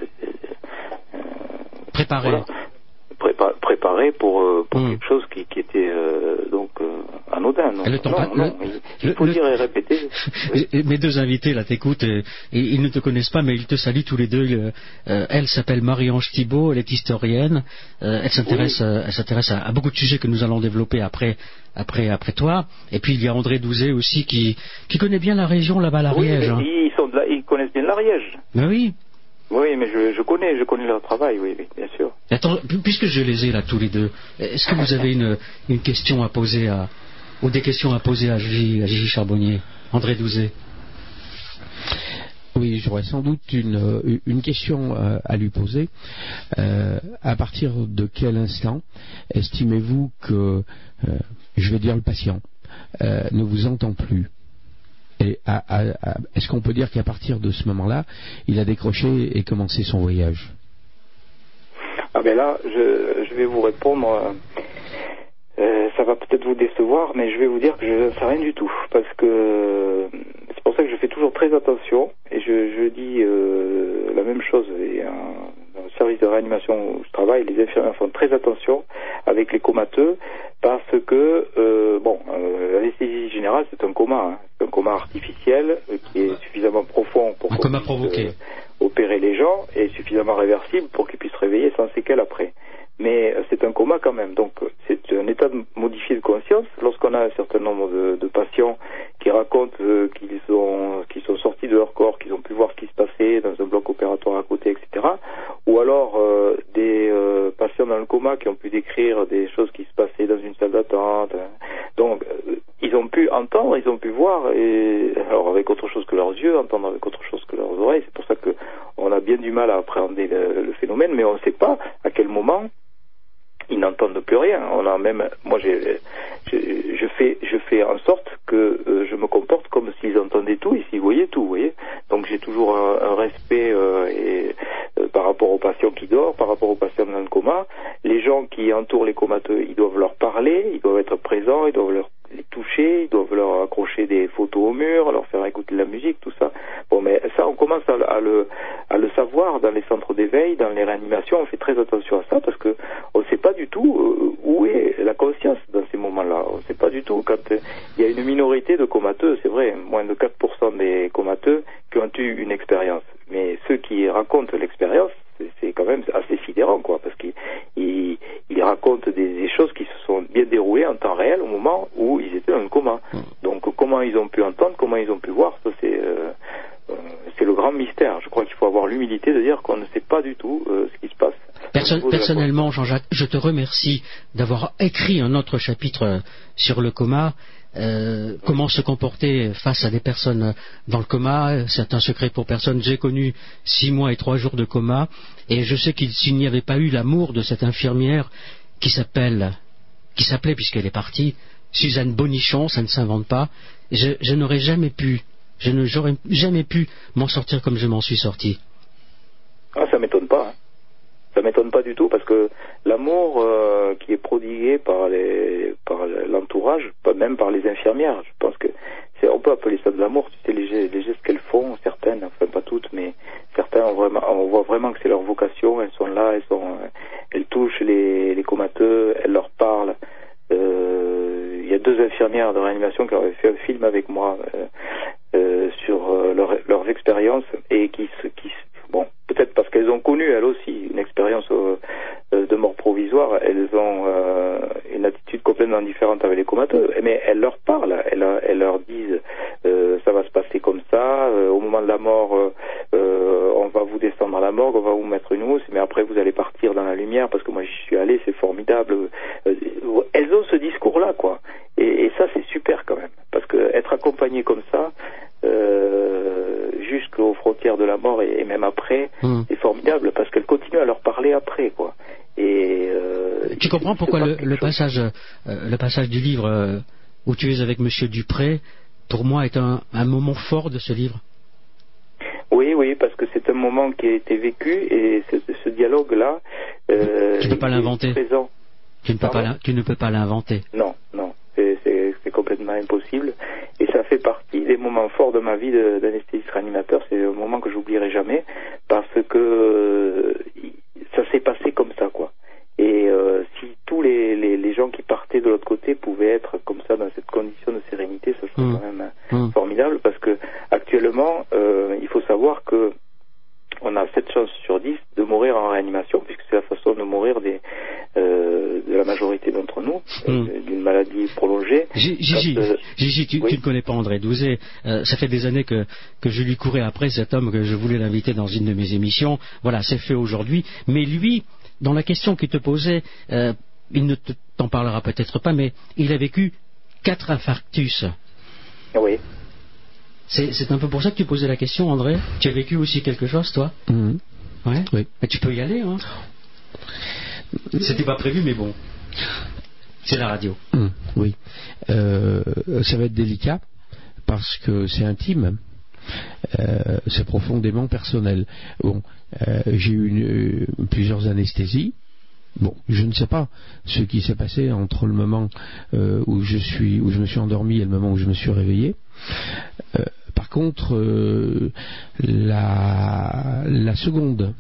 S3: Préparé.
S5: Voilà. Préparé pour quelque chose qui était anodin. Non, il faut dire et répéter.
S3: Mes deux invités là t'écoutent, et ils ne te connaissent pas, mais ils te saluent tous les deux. Elle s'appelle Marie-Ange Thibault, elle est historienne. Elle s'intéresse à beaucoup de sujets que nous allons développer après toi. Et puis il y a André Douzet aussi qui connaît bien la région là-bas, l'Ariège.
S5: Oui, ils connaissent bien l'Ariège.
S3: Ben oui.
S5: Oui, mais je connais leur travail, oui, bien sûr.
S3: Attends, puisque je les ai là tous les deux, est-ce que vous avez une question à poser ou des questions à poser à Gigi Charbonnier, André Douzet?
S6: Oui, j'aurais sans doute une question à lui poser. À partir de quel instant estimez-vous que, je vais dire le patient, ne vous entend plus? Et est-ce qu'on peut dire qu'à partir de ce moment-là, il a décroché et commencé son voyage?
S5: Ah ben là, je vais vous répondre. Ça va peut-être vous décevoir, mais je vais vous dire que je ne sais rien du tout, parce que c'est pour ça que je fais toujours très attention, et je dis la même chose. Et dans le service de réanimation où je travaille, les infirmières font très attention avec les comateux, parce que l'anesthésie générale, c'est un coma, hein. C'est un coma artificiel qui est suffisamment profond pour
S3: un coma provoqué,
S5: opérer les gens, et suffisamment réversible pour qu'ils puissent se réveiller sans séquelles après. Mais c'est un coma quand même, donc c'est un état modifié de conscience. Lorsqu'on a un certain nombre de patients qui racontent qu'ils sont sortis de leur corps, qu'ils ont pu voir ce qui se passait dans un bloc opératoire à côté, etc. Ou alors des patients dans le coma qui ont pu décrire des choses qui se passaient dans une salle d'attente. Donc ils ont pu entendre, ils ont pu voir, et alors avec autre chose que leurs yeux, entendre avec autre chose que leurs oreilles. C'est pour ça que on a bien du mal à appréhender le phénomène, mais on ne sait pas à quel moment ils n'entendent plus rien. On a même, moi, je fais en sorte que je me comporte comme s'ils entendaient tout et s'ils voyaient tout, vous voyez. Donc j'ai toujours un respect par rapport aux patients qui dorment, par rapport aux patients dans le coma. Les gens qui entourent les comateux, ils doivent leur parler, ils doivent être présents, ils doivent les toucher, ils doivent leur accrocher des photos au mur, leur faire écouter de la musique, tout ça. Bon, mais ça, on commence à le savoir dans les centres d'éveil, dans les réanimations. On fait très attention à ça parce que on ne sait pas du tout où est la conscience dans ces moments-là. On ne sait pas du tout. Quand il y a une minorité de comateux, c'est vrai, moins de 4% des comateux qui ont eu une expérience. Mais ceux qui racontent l'expérience, c'est quand même assez sidérant, quoi, parce qu'ils racontent des choses qui se sont bien déroulées en temps réel au moment où ils étaient dans le coma. Donc comment ils ont pu entendre, comment ils ont pu voir, ça c'est le grand mystère. Je crois qu'il faut avoir l'humilité de dire qu'on ne sait pas du tout ce qui se passe.
S3: Personnellement, Jean-Jacques, je te remercie d'avoir écrit un autre chapitre sur le coma. Comment se comporter face à des personnes dans le coma. C'est un secret pour personne. J'ai connu 6 mois et 3 jours de coma, et je sais s'il n'y avait pas eu l'amour de cette infirmière qui s'appelait, puisqu'elle est partie, Suzanne Bonichon, ça ne s'invente pas, je n'aurais jamais pu, j'aurais jamais pu m'en sortir comme je m'en suis sorti.
S5: Ah, ça m'étonne pas, hein. Ça m'étonne pas du tout, parce que l'amour qui est prodigué par l'entourage, même par les infirmières, je pense que on peut appeler ça de l'amour. Tu sais, les gestes qu'elles font, certaines, enfin pas toutes, mais certaines on voit vraiment que c'est leur vocation. Elles sont là, elles touchent les comateux, elles leur parlent. Il y a 2 infirmières de réanimation qui avaient fait un film avec moi sur leurs expériences, et bon, peut-être parce qu'elles ont connu elles aussi une expérience de mort provisoire, elles ont une attitude complètement différente avec les comateux, mais elles leur parlent, elles leur disent ça va se passer comme ça, au moment de la mort on va vous descendre à la morgue, on va vous mettre une housse, mais après vous allez partir dans la lumière parce que moi j'y suis allé, c'est formidable. Elles ont ce discours là, quoi, et ça c'est super quand même, parce que être accompagné comme ça jusqu'aux frontières de la mort et même après, c'est formidable, parce qu'elle continue à leur parler après, quoi. Et
S3: tu comprends pourquoi le passage du livre où tu es avec Monsieur Dupré, pour moi, est un moment fort de ce livre.
S5: Oui, parce que c'est un moment qui a été vécu, et ce dialogue-là,
S3: tu ne peux pas l'inventer.
S5: Présent.
S3: Tu ne peux pas l'inventer.
S5: Non, c'est complètement impossible. Et ça fait partie des moments forts de ma vie d'anesthésiste réanimateur. C'est un moment que j'oublierai jamais, parce que ça s'est passé comme ça, quoi. Et si tous les gens qui partaient de l'autre côté pouvaient être comme ça, dans cette condition de sérénité, ça serait quand même formidable, parce que actuellement, il faut savoir que on a 7 chances sur 10 de mourir en réanimation, puisque c'est la façon de mourir de la majorité d'entre nous, d'une maladie prolongée.
S3: Gigi, tu ne connais pas André Douzet. Ça fait des années que je lui courais après, cet homme, que je voulais l'inviter dans une de mes émissions. Voilà, c'est fait aujourd'hui. Mais lui, dans la question qu'il te posait, il ne t'en parlera peut-être pas, mais il a vécu 4 infarctus.
S5: Oui.
S3: C'est un peu pour ça que tu posais la question, André. Tu as vécu aussi quelque chose, toi? Ouais.
S6: Oui.
S3: Mais tu peux y aller, hein. C'était pas prévu, mais bon. C'est la radio.
S6: Oui. Ça va être délicat, parce que c'est intime. c'est profondément personnel. Bon, j'ai eu plusieurs anesthésies. Bon, je ne sais pas ce qui s'est passé entre le moment où je me suis endormi et le moment où je me suis réveillé. Par contre, la seconde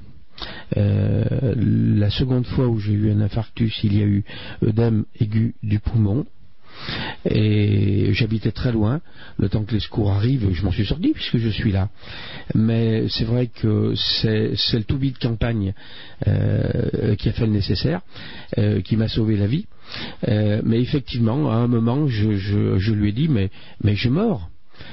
S6: fois où j'ai eu un infarctus, il y a eu œdème aigu du poumon. Et j'habitais très loin. Le temps que les secours arrivent, je m'en suis sorti puisque je suis là. Mais c'est vrai que c'est le toubib de campagne qui a fait le nécessaire, qui m'a sauvé la vie. Mais effectivement, à un moment, je lui ai dit mais je meurs.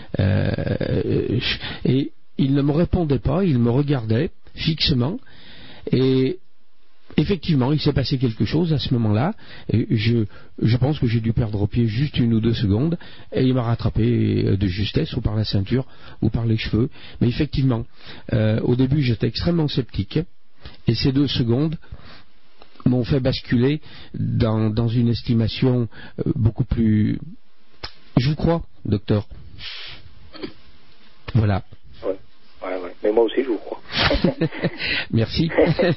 S6: Et il ne me répondait pas, il me regardait fixement. Et effectivement, il s'est passé quelque chose à ce moment-là. Je pense que j'ai dû perdre pied juste 1 ou 2 secondes, et il m'a rattrapé de justesse, ou par la ceinture, ou par les cheveux. Mais effectivement, au début, j'étais extrêmement sceptique, et ces 2 secondes m'ont fait basculer dans une estimation beaucoup plus... Je vous crois, docteur. Voilà.
S5: Ouais. Mais moi aussi, je vous crois.
S6: Merci.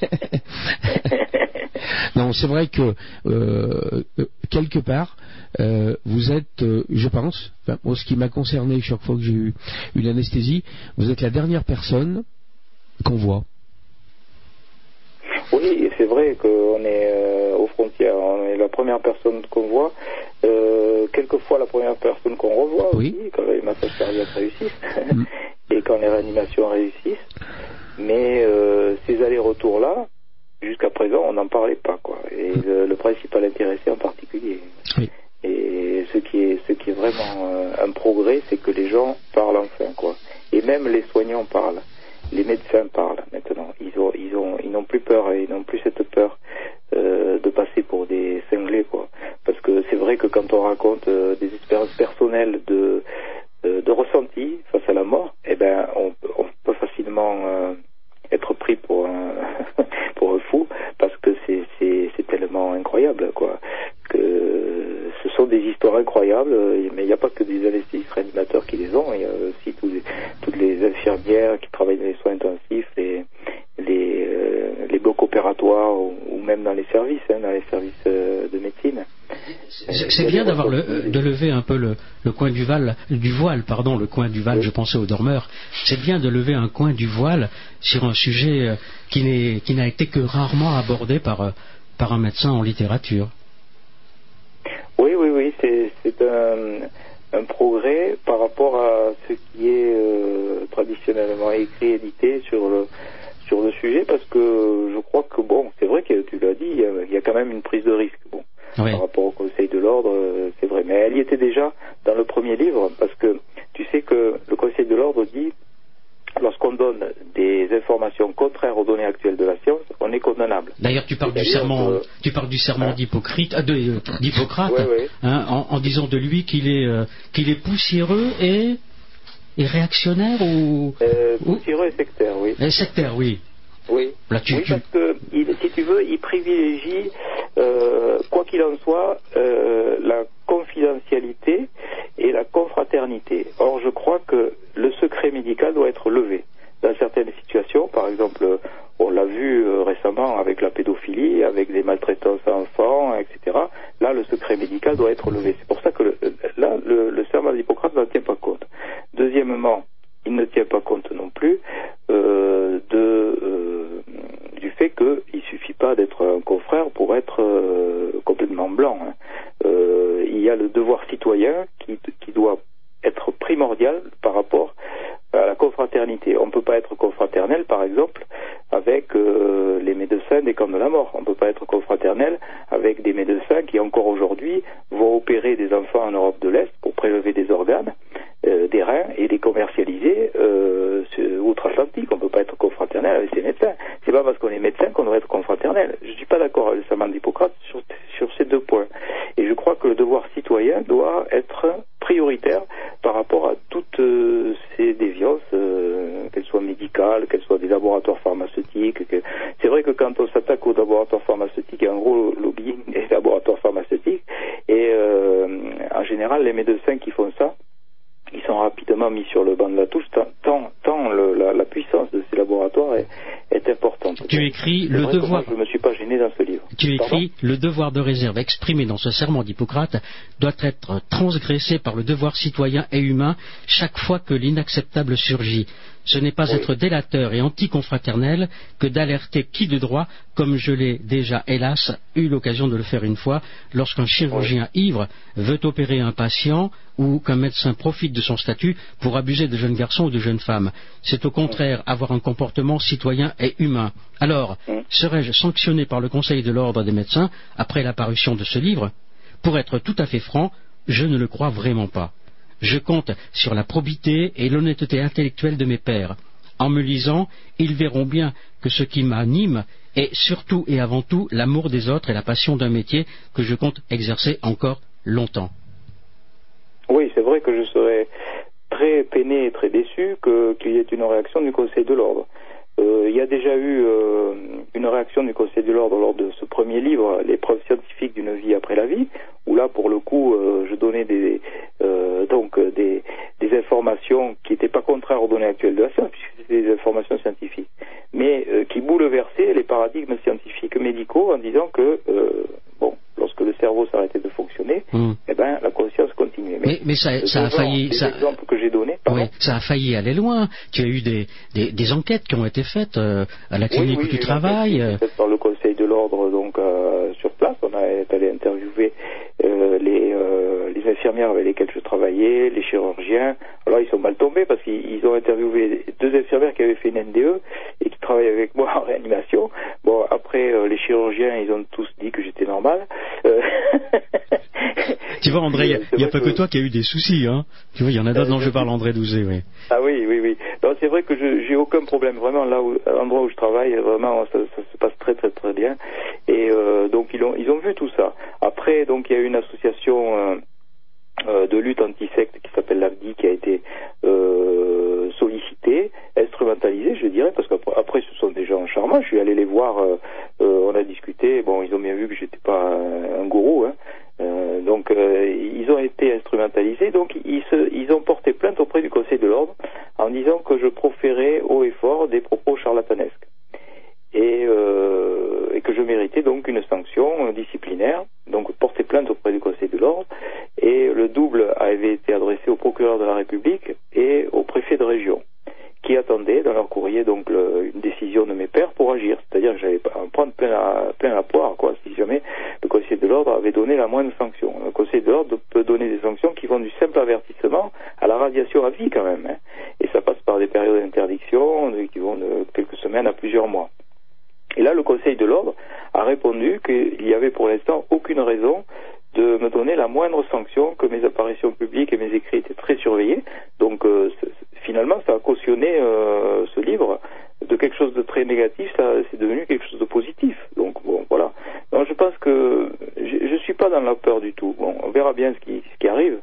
S6: Non, c'est vrai que quelque part, vous êtes, je pense, en ce qui m'a concerné chaque fois que j'ai eu l'anesthésie, vous êtes la dernière personne qu'on voit.
S5: Oui, c'est vrai qu'on est aux frontières, on est la première personne qu'on voit, quelquefois la première personne qu'on revoit
S6: oui.
S5: aussi, quand les massages cardiaques réussissent, et quand les réanimations réussissent, mais ces allers-retours-là, jusqu'à présent, on n'en parlait pas, quoi, et le principal intéressé en particulier.
S6: Oui.
S5: Et ce qui est vraiment un progrès, c'est que les gens parlent enfin, quoi, et même les soignants parlent. Les médecins parlent maintenant. Ils n'ont plus peur, et ils n'ont plus cette peur de passer pour des cinglés, quoi. Parce que c'est vrai que quand on raconte des expériences personnelles de ressenti face à la mort, eh ben on peut facilement être pris pour un pour un fou, parce que c'est tellement incroyable, quoi. Que ce sont des histoires incroyables, mais il n'y a pas que des anesthésistes réanimateurs qui les ont, il y a aussi toutes les infirmières qui travaillent dans les soins intensifs, les blocs opératoires, ou même dans les services de médecine.
S3: C'est bien de lever un peu le coin du voile, je pensais aux dormeurs. C'est bien de lever un coin du voile sur un sujet qui n'a été que rarement abordé par un médecin en littérature.
S5: Oui, c'est un progrès par rapport à ce qui est traditionnellement écrit et édité sur le sujet, parce que je crois que, bon, c'est vrai que tu l'as dit, il y a quand même une prise de risque, bon, oui. Par rapport au Conseil de l'Ordre, c'est vrai, mais elle y était déjà dans le premier livre, parce que tu sais que le Conseil de l'Ordre dit, lorsqu'on donne des informations contraires aux données actuelles de la science, on est condamnable.
S3: D'ailleurs, tu parles du serment d'Hippocrate,
S5: oui.
S3: Hein, en disant de lui qu'il est poussiéreux et réactionnaire ou
S5: poussiéreux et sectaire, oui.
S3: Et sectaire, oui.
S5: Oui. Là, parce que, si tu veux, il privilégie, quoi qu'il en soit, la confidentialité et la confraternité. Or, je crois que le secret médical doit être levé. Dans certaines situations, par exemple, on l'a vu récemment avec la pédophilie, avec des maltraitances à enfants, etc. Là, le secret médical doit être levé. C'est pour ça que le serment d'Hippocrate n'en tient pas compte. Deuxièmement, il ne tient pas compte non plus du fait qu'il ne suffit pas d'être un confrère pour être complètement blanc. Hein. Il y a le devoir citoyen qui doit être primordial par rapport à la confraternité. On ne peut pas être confraternel, par exemple, avec les médecins des camps de la mort. On ne peut pas être confraternel avec des médecins qui, encore aujourd'hui, vont opérer des enfants en Europe de l'Est pour prélever des organes, des reins, et les commercialiser outre-Atlantique. On ne peut pas être confraternel avec ces médecins. C'est pas parce qu'on est médecin qu'on doit être confraternel. Je ne suis pas d'accord avec le serment d'Hippocrate sur ces 2 points. Et je crois que le devoir citoyen doit être prioritaire par rapport à toutes ces déviances, qu'elles soient médicales, qu'elles soient des laboratoires pharmaceutiques. C'est vrai que quand on s'attaque aux laboratoires pharmaceutiques, il y a un gros lobbying des laboratoires pharmaceutiques, et en général, les médecins qui font ça, ils sont rapidement mis sur le banc de la touche, tant
S3: Tu écris le devoir.
S5: Je ne me suis pas gêné dans ce livre.
S3: Tu écris le devoir de réserve exprimé dans ce serment d'Hippocrate doit être transgressé par le devoir citoyen et humain chaque fois que l'inacceptable surgit. Ce n'est pas être délateur et anticonfraternel que d'alerter qui de droit, comme je l'ai déjà, hélas, eu l'occasion de le faire une fois, lorsqu'un chirurgien ivre veut opérer un patient ou qu'un médecin profite de son statut pour abuser de jeunes garçons ou de jeunes femmes. C'est au contraire avoir un comportement citoyen et humain. Alors, serais-je sanctionné par le Conseil de l'Ordre des médecins après la parution de ce livre? Pour être tout à fait franc, je ne le crois vraiment pas. Je compte sur la probité et l'honnêteté intellectuelle de mes pairs. En me lisant, ils verront bien que ce qui m'anime est surtout et avant tout l'amour des autres et la passion d'un métier que je compte exercer encore longtemps.
S5: Oui, c'est vrai que je serais très peiné et très déçu qu'il y ait une réaction du Conseil de l'Ordre. Il y a déjà eu une réaction du Conseil de l'Ordre lors de ce premier livre, Les preuves scientifiques d'une vie après la vie, où là, pour le coup, je donnais des informations qui n'étaient pas contraires aux données actuelles de la science, puisque c'était des informations scientifiques, mais qui bouleversaient les paradigmes scientifiques médicaux en disant que, lorsque le cerveau s'arrêtait de fonctionner, la conscience continuait.
S3: Mais ça a failli...
S5: L'exemple que j'ai donné,
S3: oui, ça a failli aller loin. Tu as eu des enquêtes qui ont été faites à la clinique où tu travailles.
S5: Par le Conseil de l'Ordre, donc sur place, on est allé interviewer les infirmières avec lesquelles je travaillais, les chirurgiens. Alors ils sont mal tombés parce qu'ils ont interviewé 2 infirmières qui avaient fait une NDE et qui travaillent avec moi en réanimation. Bon, après les chirurgiens, ils ont tous dit que j'étais normal.
S3: Tu vois, André, il n'y a pas que toi qui as eu des soucis, hein. Tu vois, il y en a d'autres dont je parle, André Douzé, oui.
S5: Ah oui. Donc c'est vrai que j'ai aucun problème, vraiment, à l'endroit où je travaille, vraiment, ça se passe très très très bien. Et donc ils ont vu tout ça. Après, donc il y a une association de lutte anti-secte qui s'appelle l'AFDI qui a été sollicitée, instrumentalisée, je dirais, parce qu'après ce sont des gens charmants. Je suis allé les voir, on a discuté. Bon, ils ont bien vu que j'étais pas un gourou, hein. Donc ils ont été instrumentalisés, donc ils ont porté plainte auprès du Conseil de l'Ordre en disant que je proférais haut et fort des propos charlatanesques et que je méritais donc une sanction disciplinaire, donc porter plainte auprès du Conseil de l'Ordre, et le double avait été adressé au procureur de la République et au préfet de région, qui attendaient dans leur courrier donc une décision de mes pairs pour agir. C'est-à-dire que j'allais pas en prendre plein la poire, quoi, si jamais le Conseil de l'Ordre avait donné la moindre sanction. Le Conseil de l'Ordre peut donner des sanctions qui vont du simple avertissement à la radiation à vie quand même, hein. Et ça passe par des périodes d'interdiction qui vont de quelques semaines à plusieurs mois. Et là, le Conseil de l'Ordre a répondu qu'il n'y avait pour l'instant aucune raison de me donner la moindre sanction, que mes apparitions publiques et mes écrits étaient très surveillés. Donc finalement, ça a cautionné ce livre de quelque chose de très négatif, c'est devenu quelque chose de positif. Donc bon, voilà. Donc je pense que je suis pas dans la peur du tout. Bon, on verra bien ce qui arrive.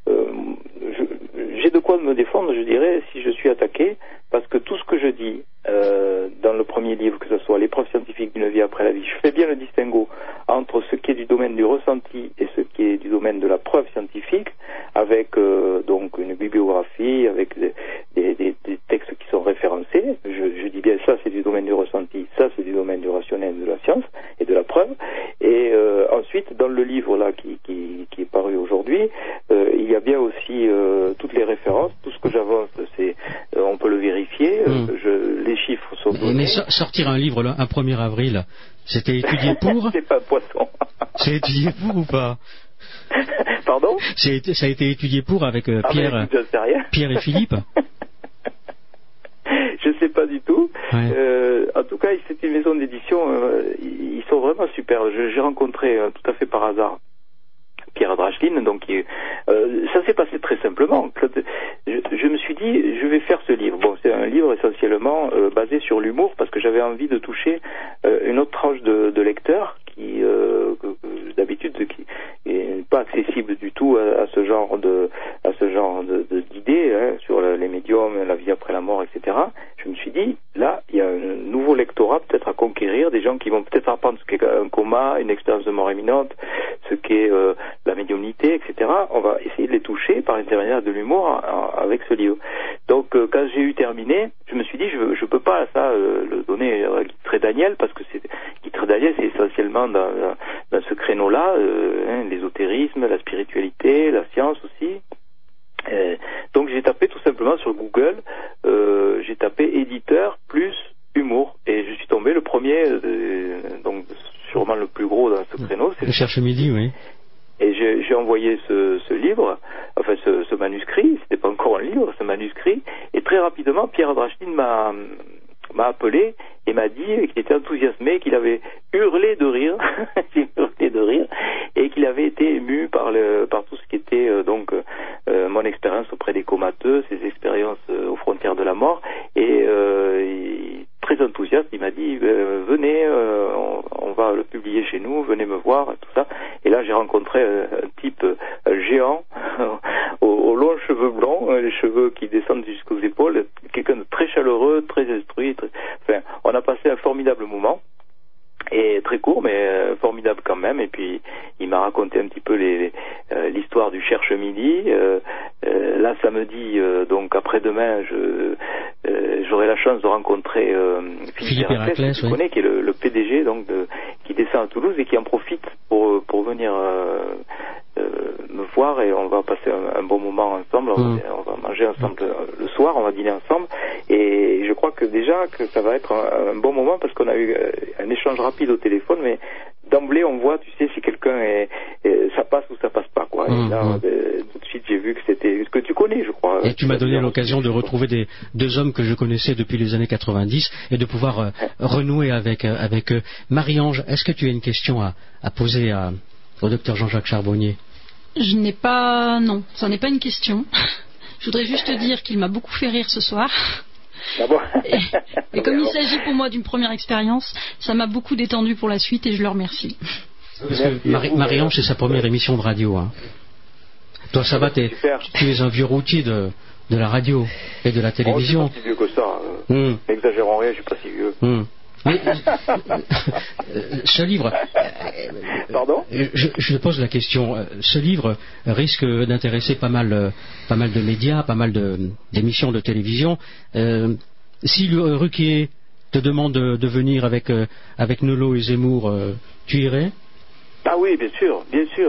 S5: J'ai de quoi me défendre, je dirais, si je suis attaqué, parce que tout ce que je dis dans le premier livre, que ce soit les preuves scientifiques d'une vie après la vie, je fais bien le distinguo entre ce qui est du domaine du ressenti et ce qui est du domaine de la preuve scientifique, avec donc une bibliographie, avec des textes qui sont référencés. Je dis bien ça, c'est du domaine du ressenti, ça c'est du domaine du rationnel, de la science et de la preuve. Et ensuite, dans le livre là qui est paru aujourd'hui, il y a bien aussi toutes les références, tout ce que j'avance, on peut le vérifier. Les chiffres sont donnés.
S3: Mais sortir un livre là, un 1er avril, c'était étudié pour
S5: C'est pas un poisson.
S3: C'est étudié pour ou pas?
S5: Pardon?
S3: Ça a été étudié pour avec Pierre et Philippe?
S5: Je sais pas du tout.
S3: Ouais.
S5: En tout cas, c'est une maison d'édition. Ils sont vraiment super. J'ai rencontré tout à fait par hasard Pierre Dracheline, donc ça s'est passé très simplement. Je me suis dit, je vais faire ce livre. Bon, c'est un livre essentiellement basé sur l'humour, parce que j'avais envie de toucher une autre tranche de lecteurs qui d'habitude qui est pas accessible du tout à ce genre d'idées, hein, sur les médiums, la vie après la mort, etc. Je me suis dit, là, il y a un nouveau lectorat peut-être à conquérir, des gens qui vont peut-être apprendre ce qu'est un coma, une expérience de mort imminente, ce qu'est la médiumnité, etc. On va essayer de les toucher par l'intermédiaire de l'humour avec ce livre. Donc quand j'ai eu terminé, je me suis dit je peux pas le donner à Guy Daniel, parce que Guy Daniel c'est essentiellement dans ce créneau-là, l'ésotérisme, la spiritualité, la science aussi. Donc j'ai tapé tout simplement sur Google, j'ai tapé éditeur plus humour, et je suis tombé le premier, donc sûrement le plus gros dans ce créneau.
S3: C'est le Cherche Midi, oui.
S5: Et j'ai envoyé ce livre, enfin ce manuscrit, c'était pas encore un livre, ce manuscrit, et très rapidement Pierre Drachdine m'a appelé et m'a dit qu'il était enthousiasmé, qu'il avait hurlé de rire, et qu'il avait été ému par tout ce qui était mon expérience auprès des comateux, ses expériences aux frontières de la mort, et très enthousiaste, il m'a dit venez, on va le publier chez nous, venez me voir, tout ça. Et là j'ai rencontré un type géant aux longs cheveux blonds, les cheveux qui descendent jusqu'aux épaules, quelqu'un de très chaleureux, très instruit, enfin on a passé un formidable moment. Et très court, mais formidable quand même. Et puis, il m'a raconté un petit peu l'histoire du Cherche Midi. Là, samedi, donc après-demain, j'aurai la chance de rencontrer Philippe Héraclès, que je connais, qui est le PDG, donc qui descend à Toulouse et qui en profite pour venir me voir, et on va passer un bon moment ensemble. On va manger ensemble le soir, on va dîner ensemble. Et je crois que déjà que ça va être un bon moment, parce qu'on a eu un échange rapide au téléphone, mais d'emblée on voit, tu sais, si quelqu'un ça passe ou ça passe pas, quoi. Et là, tout de suite j'ai vu que c'était ce que tu connais, je crois.
S3: Et tu m'as donné l'occasion de retrouver deux hommes que je connaissais depuis les années 90 et de pouvoir renouer avec eux. Marie-Ange, est-ce que tu as une question à poser au docteur Jean-Jacques Charbonnier?
S7: Je n'ai pas... Non, ça n'est pas une question. Je voudrais juste te dire qu'il m'a beaucoup fait rire ce soir.
S5: Ah bon.
S7: Et comme il s'agit pour moi d'une première expérience, ça m'a beaucoup détendu pour la suite, et je le remercie.
S3: Parce que Marie-Ange, c'est sa première émission de radio. Hein. Toi, ça va, tu es un vieux routier de la radio et de la télévision.
S5: Je ne suis pas si vieux que ça. N'exagérons rien, je ne suis pas si vieux.
S3: Mais, ce livre,
S5: pardon,
S3: je pose la question. Ce livre risque d'intéresser pas mal de médias, pas mal d'émissions de télévision. Si le Ruquier te demande de venir avec Nolot et Zemmour, tu irais?
S5: Ah oui, bien sûr.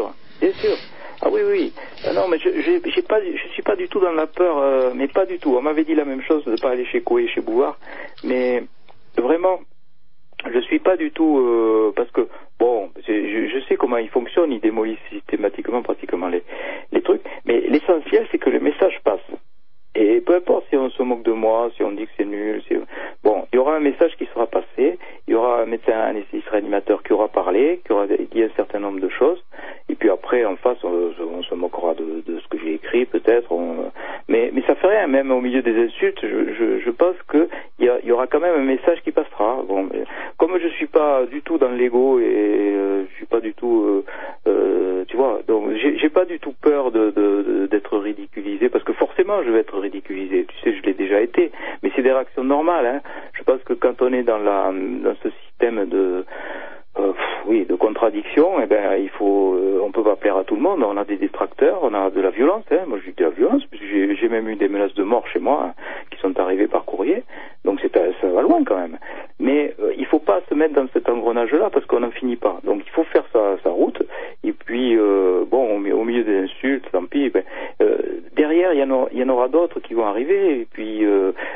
S5: Ah oui. Non, mais je suis pas du tout dans la peur, mais pas du tout. On m'avait dit la même chose de ne pas aller chez Coué et chez Bouvard, mais vraiment. Je suis pas du tout parce que bon, je sais comment ils fonctionnent, ils démolissent systématiquement pratiquement les trucs, mais l'essentiel c'est que le message passe. Et peu importe si on se moque de moi, si on dit que c'est nul, bon, il y aura un message qui sera passé, il y aura un médecin anesthésiste réanimateur qui aura parlé, qui aura dit un certain nombre de choses, et puis après en face on se moquera de ce que j'ai écrit peut-être, mais ça fait rien, même au milieu des insultes, je pense que il y aura quand même un message qui passera. Bon, mais comme je suis pas du tout dans l'ego et je suis pas du tout tu vois, donc j'ai pas du tout peur d'être ridiculisé, parce que forcément je vais être ridiculisé, tu sais, je l'ai déjà été, mais c'est des réactions normales, hein. Je pense que quand on est dans ce système de contradiction, eh ben on peut pas plaire à tout le monde, on a des détracteurs, on a de la violence, hein. Moi j'ai eu de la violence, j'ai même eu des menaces de mort chez moi, hein, qui sont arrivées par courrier, donc ça va loin quand même. Mais il faut pas se mettre dans cet engrenage-là, parce qu'on n'en finit pas. Donc il faut faire sa route, et puis bon, au milieu des insultes, tant pis, derrière il y en aura d'autres qui vont arriver, et puis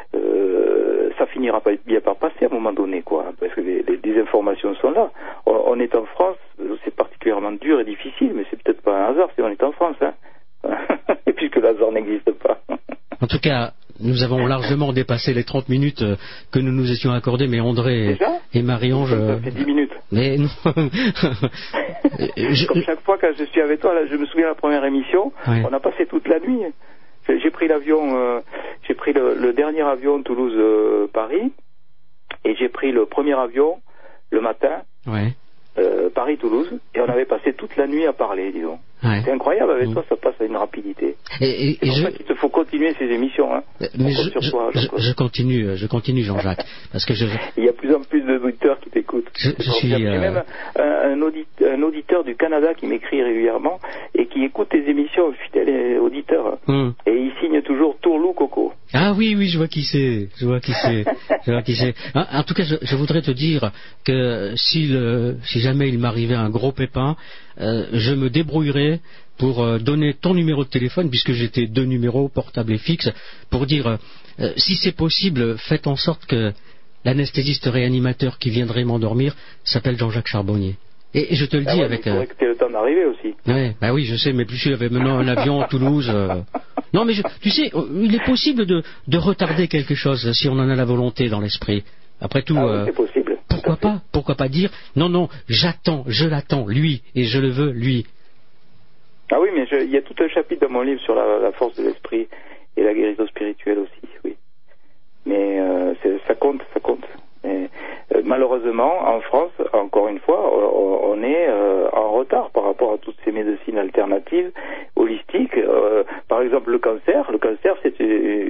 S5: ça finira bien par passer à un moment donné, quoi, parce que les informations sont là. On est en France, c'est particulièrement dur et difficile, mais c'est peut-être pas un hasard si on est en France, hein. Et puisque le hasard n'existe pas.
S3: En tout cas, nous avons largement dépassé les 30 minutes que nous nous étions accordés, mais André et Marie-Ange...
S5: Ça fait 10 minutes.
S3: Mais non.
S5: Comme chaque fois quand je suis avec toi, là, je me souviens de la première émission, on a passé toute la nuit. J'ai pris l'avion, j'ai pris le dernier avion Toulouse-Paris, et j'ai pris le premier avion le matin.
S3: Ouais.
S5: Paris-Toulouse, et on avait passé toute la nuit à parler, disons.
S3: Ouais.
S5: C'est incroyable, avec toi, ça passe à une rapidité.
S3: Et
S5: C'est pour ça qu'il te faut continuer ces émissions. Hein.
S3: Mais je continue, Jean-Jacques, parce que
S5: il y a de plus en plus d'auditeurs qui t'écoutent. Il y a même un auditeur du Canada qui m'écrit régulièrement et qui écoute tes émissions, fidèle auditeur. Et il signe toujours Tourlou Coco.
S3: Ah oui, je vois qui c'est. En tout cas, je voudrais te dire que si jamais il m'arrivait un gros pépin, je me débrouillerai pour donner ton numéro de téléphone, puisque j'ai tes 2 numéros, portable et fixe, pour dire, si c'est possible, faites en sorte que l'anesthésiste réanimateur qui viendrait m'endormir s'appelle Jean-Jacques Charbonnier. Et je te le dis avec...
S5: Il faudrait que tu aies le temps d'arriver aussi.
S3: Oui, je sais, mais plus il y avait maintenant un avion à Toulouse... Non, mais tu sais, il est possible de retarder quelque chose si on en a la volonté dans l'esprit. Après tout,
S5: c'est possible.
S3: Pourquoi pas dire non, je l'attends, lui, et je le veux, lui.
S5: Ah oui, mais il y a tout un chapitre dans mon livre sur la force de l'esprit et la guérison spirituelle aussi, oui. Mais ça compte. Mais, malheureusement, en France, encore une fois, on est en retard par rapport à toutes ces médecines alternatives, holistiques. Par exemple, le cancer, c'est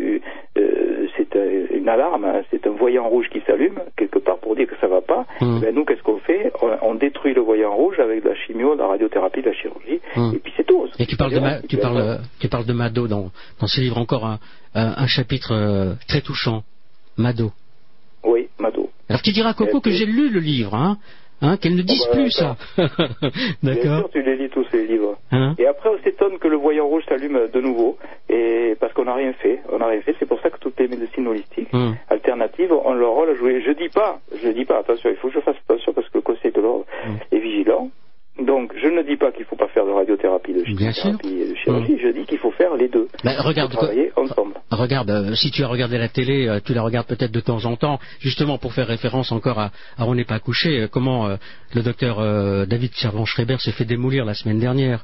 S5: une alarme, hein, c'est un voyant rouge qui s'allume quelque part pour dire que ça va pas. Ben, nous, qu'est-ce qu'on fait? On détruit le voyant rouge avec de la chimio, de la radiothérapie, de la chirurgie, et puis c'est tout.
S3: Et tu parles de Mado dans ce livre, encore un chapitre très touchant. Mado.
S5: Oui, Mado.
S3: Alors tu diras à Coco que j'ai lu le livre, qu'elle ne dise plus ça. D'accord.
S5: Bien sûr, tu les lis tous ces livres. Et après, on s'étonne que le voyant rouge s'allume de nouveau, et parce qu'on n'a rien fait. C'est pour ça que toutes les médecines holistiques alternatives ont leur rôle à jouer. Je dis pas, attention, il faut que je fasse attention parce que le Conseil de l'ordre est vigilant. Donc, je ne dis pas qu'il ne faut pas faire de radiothérapie, de chimiothérapie et de chirurgie. Je dis qu'il faut faire les deux.
S3: Regarde,
S5: travailler ensemble.
S3: Regarde, si tu as regardé la télé, tu la regardes peut-être de temps en temps, justement pour faire référence encore à On n'est pas couché, comment le docteur David Servan-Schreiber s'est fait démolir la semaine dernière.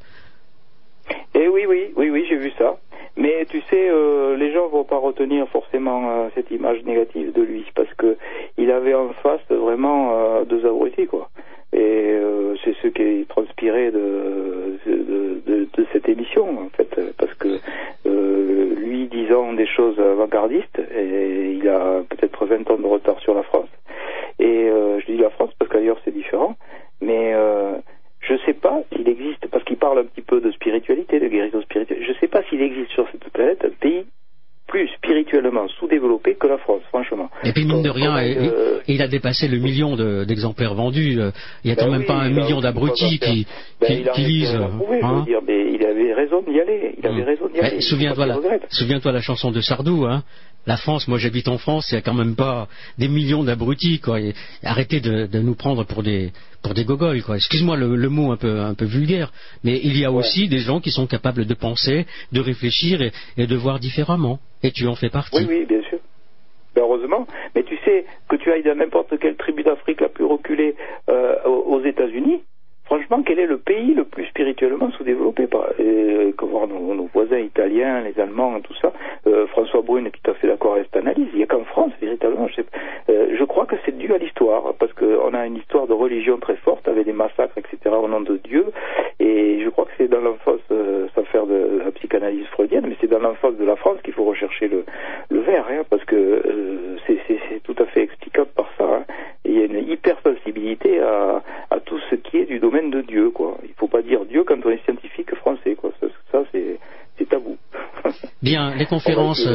S5: Eh oui, j'ai vu ça. Mais tu sais, les gens ne vont pas retenir forcément cette image négative de lui, parce que il avait en face vraiment 2 abrutis, quoi. Et c'est ce qui transpirait de cette émission, en fait, parce que lui disant des choses avant-gardistes, et il a peut-être 20 ans de retard sur la France, et je dis la France parce qu'ailleurs c'est différent, mais je ne sais pas s'il existe, parce qu'il parle un petit peu de spiritualité, de guérison spirituelle, je ne sais pas s'il existe sur cette planète un pays plus spirituellement sous-développé que la France, franchement.
S3: Et puis mine de rien, il a dépassé le million d'exemplaires vendus. Il n'y a quand même pas 1 million d'abrutis qui lisent.
S5: Mais il avait raison d'y aller.
S3: Souviens-toi la chanson de Sardou, La France, moi j'habite en France, il n'y a quand même pas des millions d'abrutis, quoi. Et arrêtez de nous prendre pour des gogoles, quoi. Excuse-moi le mot un peu vulgaire, mais il y a aussi des gens qui sont capables de penser, de réfléchir et de voir différemment. Et tu en fais partie.
S5: Oui, bien sûr. Ben heureusement. Mais tu sais, que tu ailles dans n'importe quelle tribu d'Afrique la plus reculée aux États-Unis, franchement, quel est le pays le plus spirituellement sous-développé que voir nos voisins italiens, les Allemands, tout ça. François Brune est tout à fait d'accord avec cette analyse. Il n'y a qu'en France, véritablement. Je crois que c'est dû à l'histoire, parce qu'on a une histoire de religion très forte, avec des massacres, etc., au nom de Dieu. Et je crois que c'est dans l'enfance, sans faire de la psychanalyse freudienne, mais c'est dans l'enfance de la France qu'il faut rechercher le ver, parce que c'est tout à fait explicable par ça. Et il y a une hypersensibilité à tout ce qui est du domaine de Dieu, quoi. Il ne faut pas dire Dieu quand on est scientifique français, quoi. Ça c'est tabou.
S3: Bien, les conférences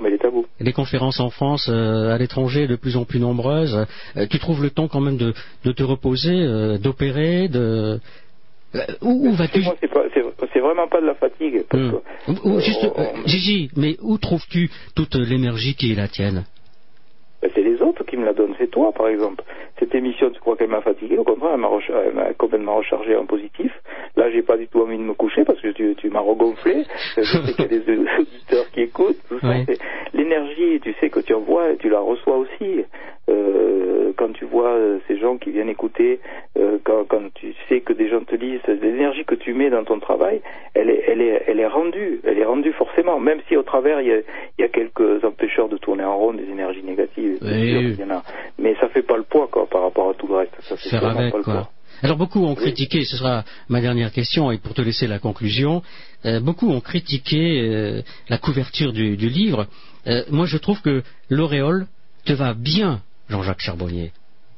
S3: en France, à l'étranger, de plus en plus nombreuses. Tu trouves le temps quand même de te reposer, d'opérer, où vas-tu?
S5: Moi, c'est vraiment pas de la fatigue.
S3: Gigi, mais où trouves-tu toute l'énergie qui est la tienne?
S5: C'est les autres qui me la donnent, c'est toi par exemple. Cette émission, tu crois qu'elle m'a fatigué? Au contraire, elle m'a complètement rechargé en positif. Là, j'ai pas du tout envie de me coucher parce que tu m'as regonflé. Je sais qu'il y a des auditeurs qui écoutent. Tout ça. L'énergie, tu sais que tu envoies, tu la reçois aussi. Quand tu vois ces gens qui viennent écouter, quand tu sais que des gens te lisent, l'énergie que tu mets dans ton travail, elle est rendue forcément. Même si au travers il y a quelques empêcheurs de tourner en rond, des énergies négatives. Il y en a. Mais ça fait pas le poids, quoi, par rapport à tout le reste. Ça fait
S3: faire avec,
S5: pas le
S3: quoi.
S5: poids.
S3: Alors beaucoup ont critiqué, ce sera ma dernière question, et pour te laisser la conclusion, beaucoup ont critiqué la couverture du livre. Moi je trouve que l'auréole te va bien, Jean-Jacques Charbonnier.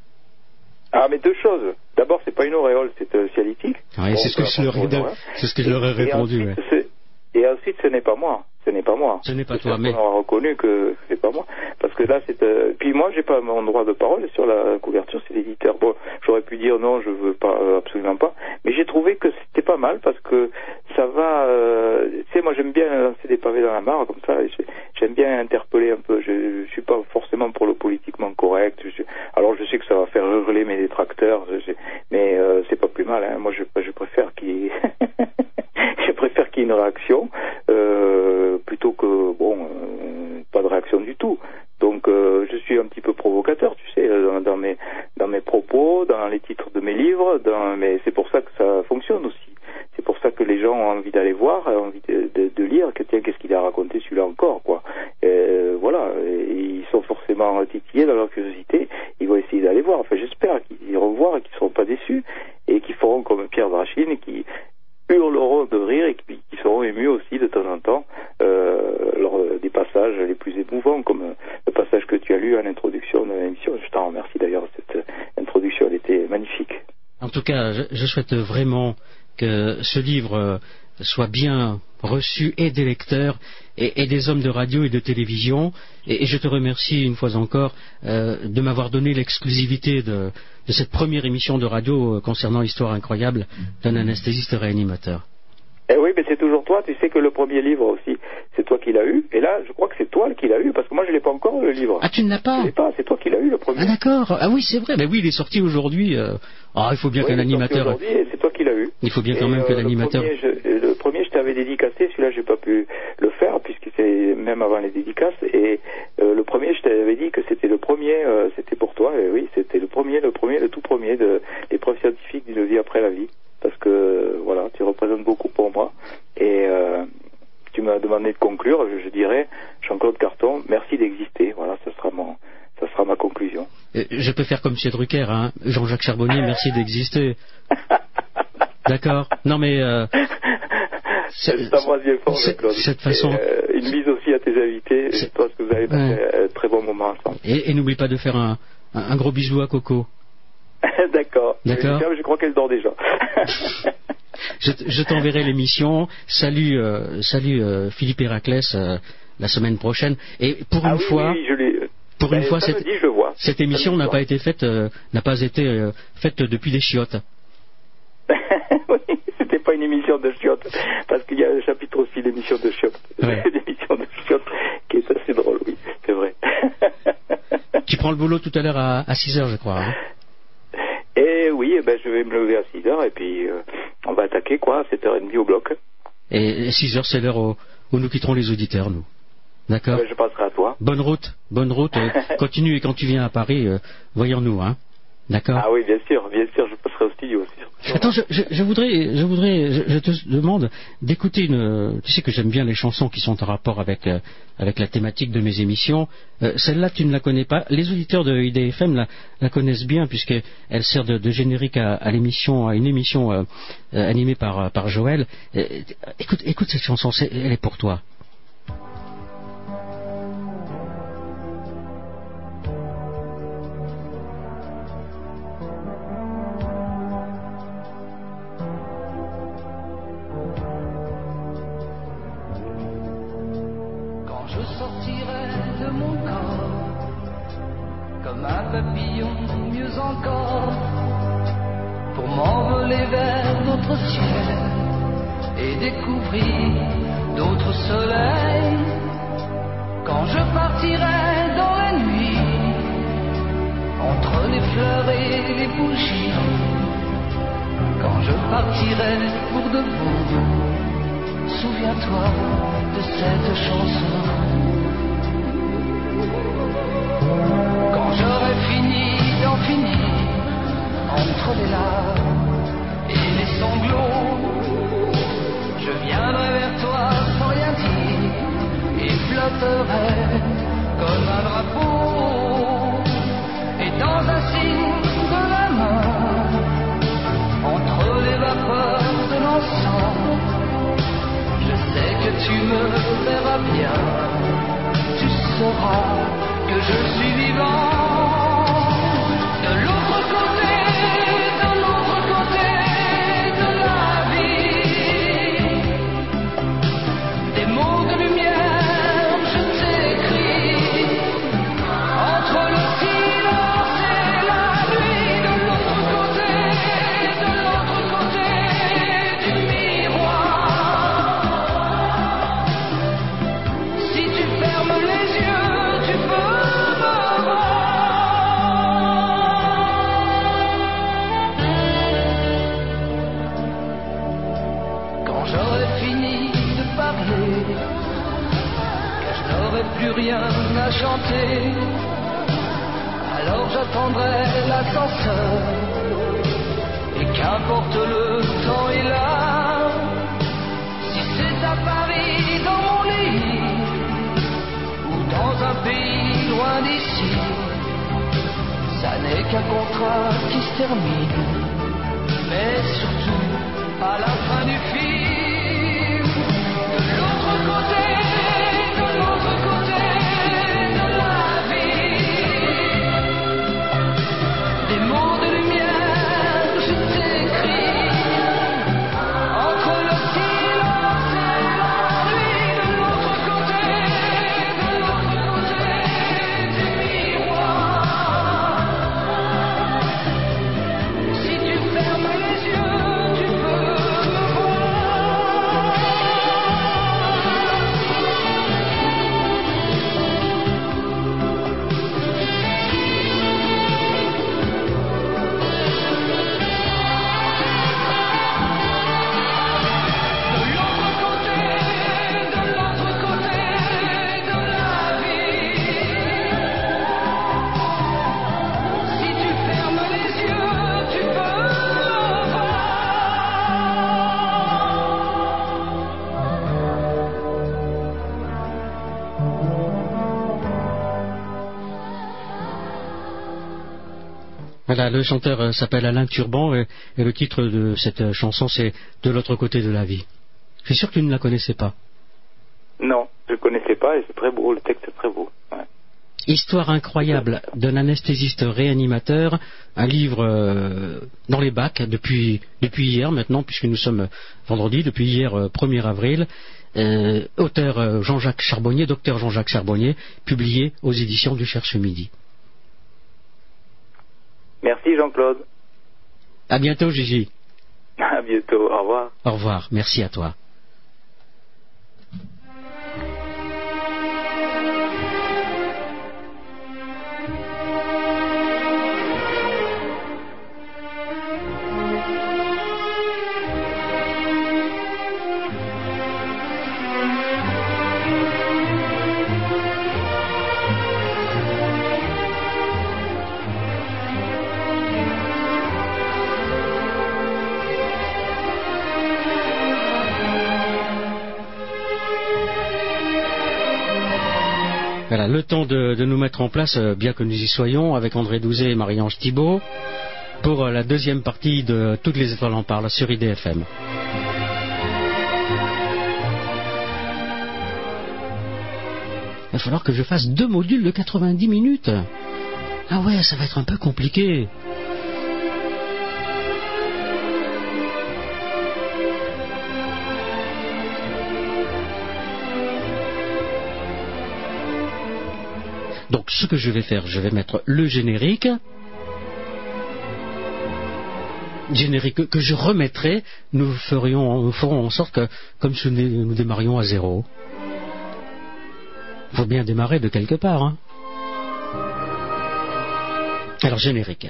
S5: Ah, mais deux choses. D'abord, c'est pas une auréole, c'est cialytique.
S3: Oui, bon, c'est ce que je leur ai répondu.
S5: Et ensuite, ce n'est pas moi. Ce n'est pas moi.
S3: Ce n'est pas toi, mais...
S5: On aura reconnu que c'est pas moi. Parce que là, c'est... Puis moi, j'ai pas mon droit de parole sur la couverture, c'est l'éditeur. Bon, j'aurais pu dire non, je veux pas, absolument pas. Mais j'ai trouvé que c'était pas mal parce que ça va... Tu sais, moi, j'aime bien lancer des pavés dans la mare, comme ça. J'aime bien interpeller un peu. Je suis pas forcément pour le politiquement correct. Alors, je sais que ça va faire hurler mes détracteurs, mais c'est pas plus mal. Hein. Moi, je préfère qu'il... Je préfère qu'il y ait une réaction plutôt que pas de réaction du tout. Donc je suis un petit peu provocateur, tu sais, dans mes propos, dans les titres de mes livres, mais c'est pour ça que ça fonctionne aussi. C'est pour ça que les gens ont envie d'aller voir, ont envie de lire, que tiens, qu'est-ce qu'il a raconté celui-là encore, quoi. Voilà, et ils sont forcément titillés dans leur curiosité, ils vont essayer d'aller voir. Enfin, j'espère qu'ils iront voir et qu'ils ne seront pas déçus, et qu'ils feront comme Pierre Drachine, qui hurleront de rire et qui seront émus aussi de temps en temps lors des passages les plus émouvants, comme le passage que tu as lu à l'introduction de l'émission. Je t'en remercie d'ailleurs, cette introduction, elle était magnifique.
S3: En tout cas, je souhaite vraiment que ce livre soit bien reçu et des lecteurs et des hommes de radio et de télévision, et je te remercie une fois encore de m'avoir donné l'exclusivité de cette première émission de radio concernant l'histoire incroyable d'un anesthésiste réanimateur.
S5: Eh oui, mais c'est toujours toi. Tu sais que le premier livre aussi, c'est toi qui l'as eu. Et là, je crois que c'est toi qui l'as eu, parce que moi, je l'ai pas encore, le livre.
S3: Ah, tu ne l'as pas?
S5: Je l'ai pas. C'est toi qui l'as eu, le premier.
S3: Ah, d'accord. Ah oui, c'est vrai. Ben oui, il est sorti aujourd'hui. Il faut bien qu'un animateur...
S5: aujourd'hui, et c'est toi qui l'as eu.
S3: Il faut bien quand même que l'animateur...
S5: Le premier, je t'avais dédicacé. Celui-là, j'ai pas pu le faire, puisque c'est même avant les dédicaces. Et le premier, je t'avais dit que c'était le premier, c'était pour toi. Et oui, c'était le tout premier de l'épreuve scientifique d'une vie après la vie. Parce que, voilà, tu représentes beaucoup pour moi. Et tu m'as demandé de conclure. Je dirais, Jean-Claude Carton, merci d'exister. Voilà, ça sera ma conclusion.
S3: Je peux faire comme M. Drucker, hein. Jean-Jacques Charbonnier, merci d'exister. D'accord. Non, mais...
S5: je t'embrasse bien fort, Jean-Claude.
S3: Cette façon...
S5: une bise aussi à tes invités. Je pense que vous avez passé un très bon moment ensemble.
S3: Et n'oublie pas de faire un gros bisou à Coco.
S5: D'accord. Je crois qu'elle dort déjà.
S3: Je t'enverrai l'émission. Salut Philippe Héraclès la semaine prochaine. Et pour une fois, cette émission n'a pas été faite depuis les chiottes.
S5: Oui, c'était pas une émission de chiottes, parce qu'il y a un chapitre aussi d'émission de chiottes.
S3: Ouais.
S5: L'émission de chiottes qui est assez drôle, oui, c'est vrai.
S3: Tu prends le boulot tout à l'heure à 6h, je crois. Hein.
S5: Et oui, je vais me lever à 6h et puis on va attaquer à 7h30 au bloc.
S3: Et 6h, c'est l'heure où nous quitterons les auditeurs, nous. D'accord.
S5: Je passerai à toi.
S3: Bonne route. Continue, et quand tu viens à Paris, voyons-nous, hein. D'accord.
S5: Ah oui, bien sûr, je passerai au studio aussi.
S3: Attends, je te demande d'écouter tu sais que j'aime bien les chansons qui sont en rapport avec la thématique de mes émissions. Celle-là, tu ne la connais pas. Les auditeurs de IDFM la connaissent bien, puisqu'elle sert de générique à une émission animée par Joël. Écoute cette chanson, elle est pour toi.
S8: parler, que je n'aurai plus rien à chanter. Alors j'attendrai l'ascenseur, et qu'importe le temps est là. Si c'est à Paris dans mon lit, ou dans un pays loin d'ici, ça n'est qu'un contrat qui se termine, mais surtout à la fin du film. De l'autre côté de la vie, des mots de lumière je t'écris, entre le silence et la nuit. De l'autre côté du miroir, si tu fermes les yeux, tu peux me voir. De l'autre côté de la vie, si tu fermes les yeux, tu peux me voir.
S3: Voilà, le chanteur s'appelle Alain Turban et le titre de cette chanson c'est De l'autre côté de la vie. Je suis sûr que tu ne la connaissais pas.
S5: Non, je ne connaissais pas et c'est très beau, le texte est très beau. Ouais.
S3: Histoire incroyable d'un anesthésiste réanimateur, un livre dans les bacs depuis hier maintenant, puisque nous sommes vendredi, depuis hier 1er avril. Auteur Jean-Jacques Charbonnier, docteur Jean-Jacques Charbonnier, publié aux éditions du Cherche Midi.
S5: Merci Jean-Claude.
S3: À bientôt Gigi.
S5: À bientôt, au revoir.
S3: Au revoir, merci à toi. Voilà, le temps de nous mettre en place, bien que nous y soyons, avec André Douzet et Marie-Ange Thibault, pour la deuxième partie de Toutes les étoiles en parlent sur IDFM. Il va falloir que je fasse 2 modules de 90 minutes. Ah ouais, ça va être un peu compliqué. Donc ce que je vais faire, je vais mettre le générique que je remettrai. Nous ferons en sorte que, comme si nous démarrions à zéro. Il faut bien démarrer de quelque part. Hein. Alors générique.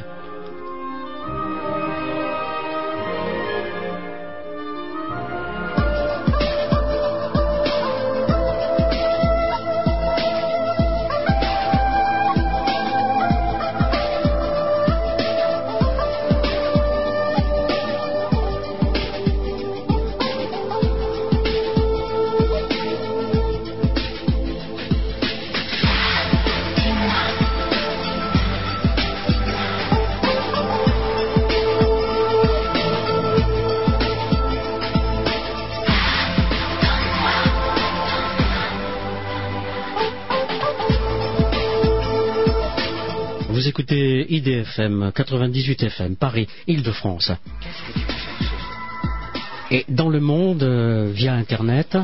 S3: Vous écoutez IDFM 98 FM, Paris, Île-de-France. Et dans le monde, via Internet,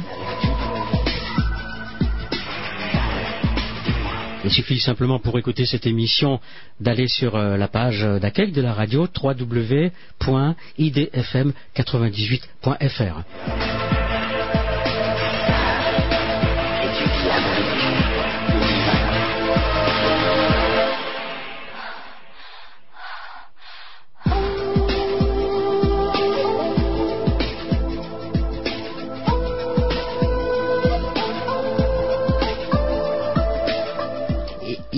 S3: il suffit simplement pour écouter cette émission d'aller sur la page d'accueil de la radio www.idfm98.fr.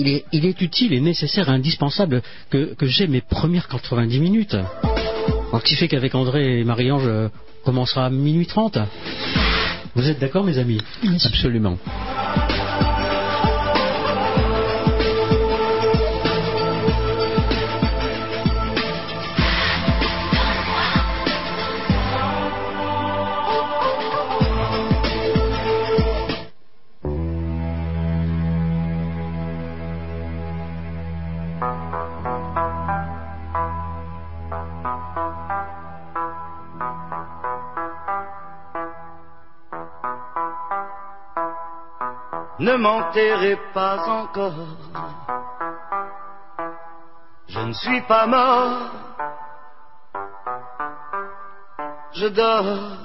S3: il est utile et nécessaire et indispensable que j'ai mes premières 90 minutes. Alors, ce qui fait qu'avec André et Marie-Ange, commencera à minuit 30. Vous êtes d'accord, mes amis?
S6: Absolument.
S9: Ne m'enterrez pas encore, je ne suis pas mort, je dors.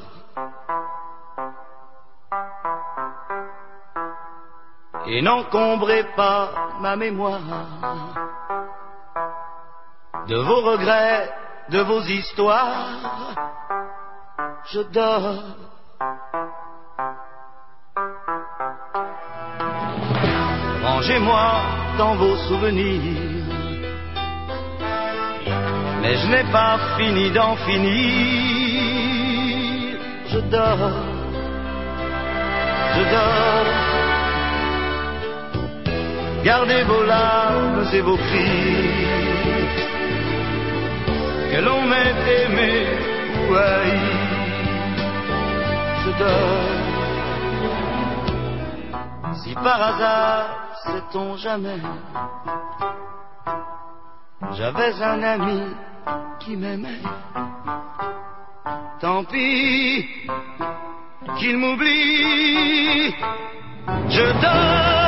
S9: Et n'encombrez pas ma mémoire de vos regrets, de vos histoires, je dors. Rangez-moi dans vos souvenirs, mais je n'ai pas fini d'en finir. Je dors, je dors. Gardez vos larmes et vos cris, que l'on m'ait aimé ou haï. Je dors. Si par hasard, sait-on jamais, j'avais un ami qui m'aimait, tant pis qu'il m'oublie, je dors.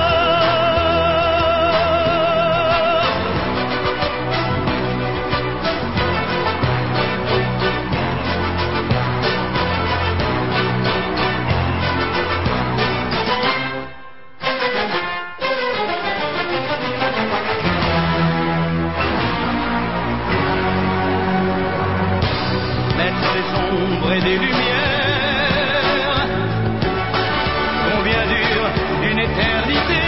S9: Et des lumières, combien dure une éternité,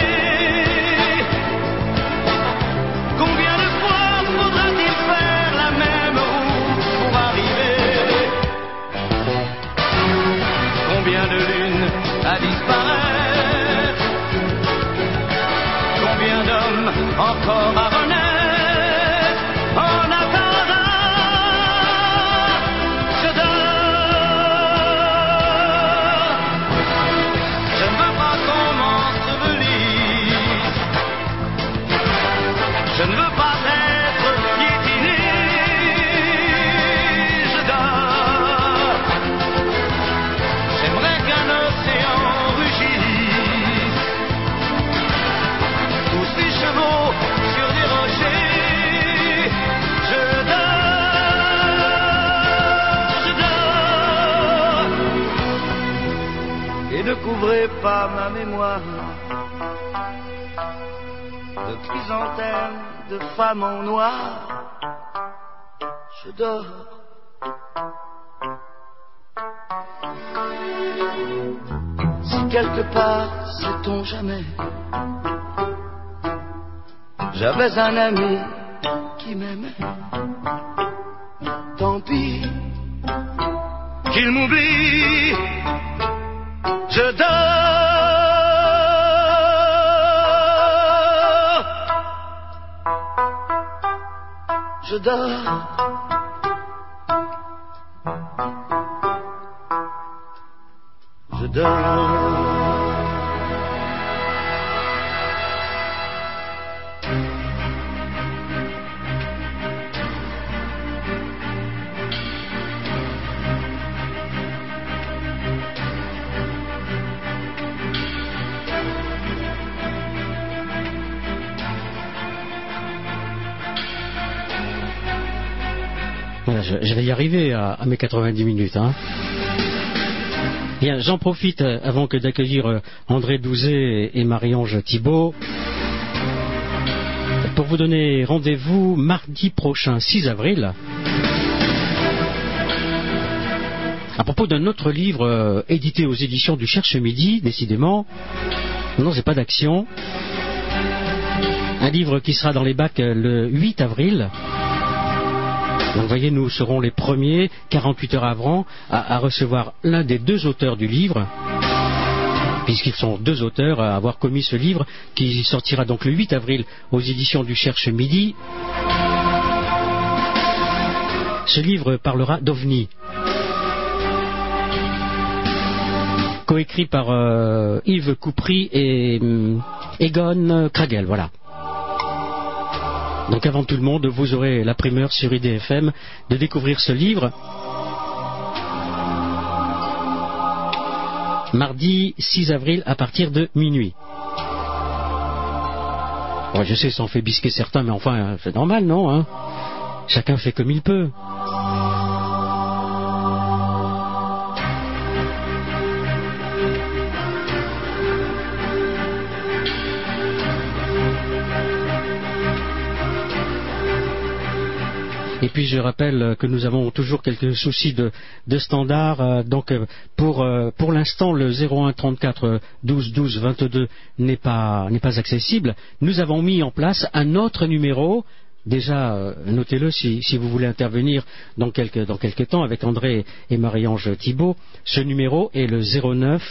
S9: combien de fois faudra-t-il faire la même route pour arriver, combien de lunes à disparaître, combien d'hommes encore à renaître en attendant. Je ne veux pas être piétiné, je dors. J'aimerais qu'un océan rugisse, pousse les chevaux sur des rochers. Je dors, et ne couvrez pas ma mémoire de chrysanthèmes, de femmes en noir, je dors. Si quelque part, sait-on jamais, j'avais un ami qui m'aimait, tant pis qu'il m'oublie, je dors. Je dors. Je dors.
S3: Voilà, je vais y arriver à mes 90 minutes. Hein. Bien, j'en profite avant que d'accueillir André Douzet et Marie-Ange Thibault pour vous donner rendez-vous mardi prochain, 6 avril, à propos d'un autre livre édité aux éditions du Cherche Midi, décidément. Non, c'est pas d'action. Un livre qui sera dans les bacs le 8 avril. Donc vous voyez, nous serons les premiers, 48 heures avant, à recevoir l'un des deux auteurs du livre, puisqu'ils sont deux auteurs à avoir commis ce livre, qui sortira donc le 8 avril aux éditions du Cherche Midi. Ce livre parlera d'OVNI. Coécrit par Yves Coupry et Egon Kragel, voilà. Donc avant tout le monde, vous aurez la primeur sur IDFM de découvrir ce livre. Mardi 6 avril à partir de minuit. Ouais, je sais, ça en fait bisquer certains, mais enfin, c'est normal, non, hein? Chacun fait comme il peut. Et puis je rappelle que nous avons toujours quelques soucis de standard. Donc pour l'instant, le 01 34 12 12 22 n'est pas accessible. Nous avons mis en place un autre numéro. Déjà, notez-le si vous voulez intervenir dans quelques temps avec André et Marie-Ange Thibault. Ce numéro est le 09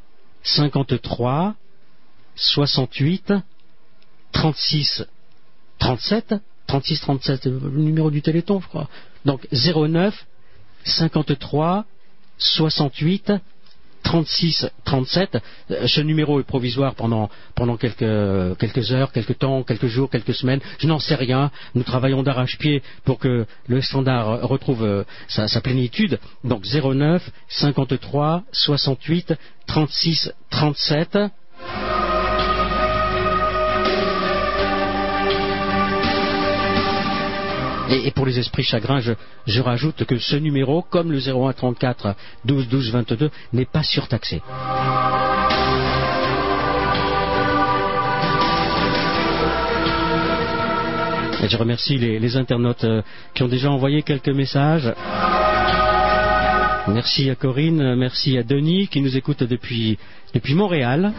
S3: 53 68 36 37. 36-37, le numéro du Téléthon, je crois. Donc 09 53 68 36 37. Ce numéro est provisoire pendant quelques heures, quelques temps, quelques jours, quelques semaines. Je n'en sais rien. Nous travaillons d'arrache-pied pour que le standard retrouve sa plénitude. Donc 09 53 68 36 37. Et pour les esprits chagrins, je rajoute que ce numéro, comme le 01 34 12 12 22, n'est pas surtaxé. Et je remercie les internautes qui ont déjà envoyé quelques messages. Merci à Corinne, merci à Denis qui nous écoute depuis Montréal.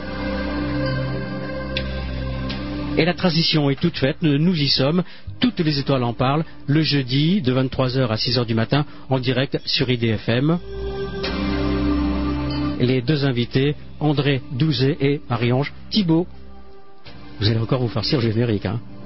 S3: Et la transition est toute faite, nous y sommes, toutes les étoiles en parlent, le jeudi de 23h à 6h du matin, en direct sur IDFM. Les deux invités, André Douzet et Marie-Ange Thibault. Vous allez encore vous farcir le générique, hein.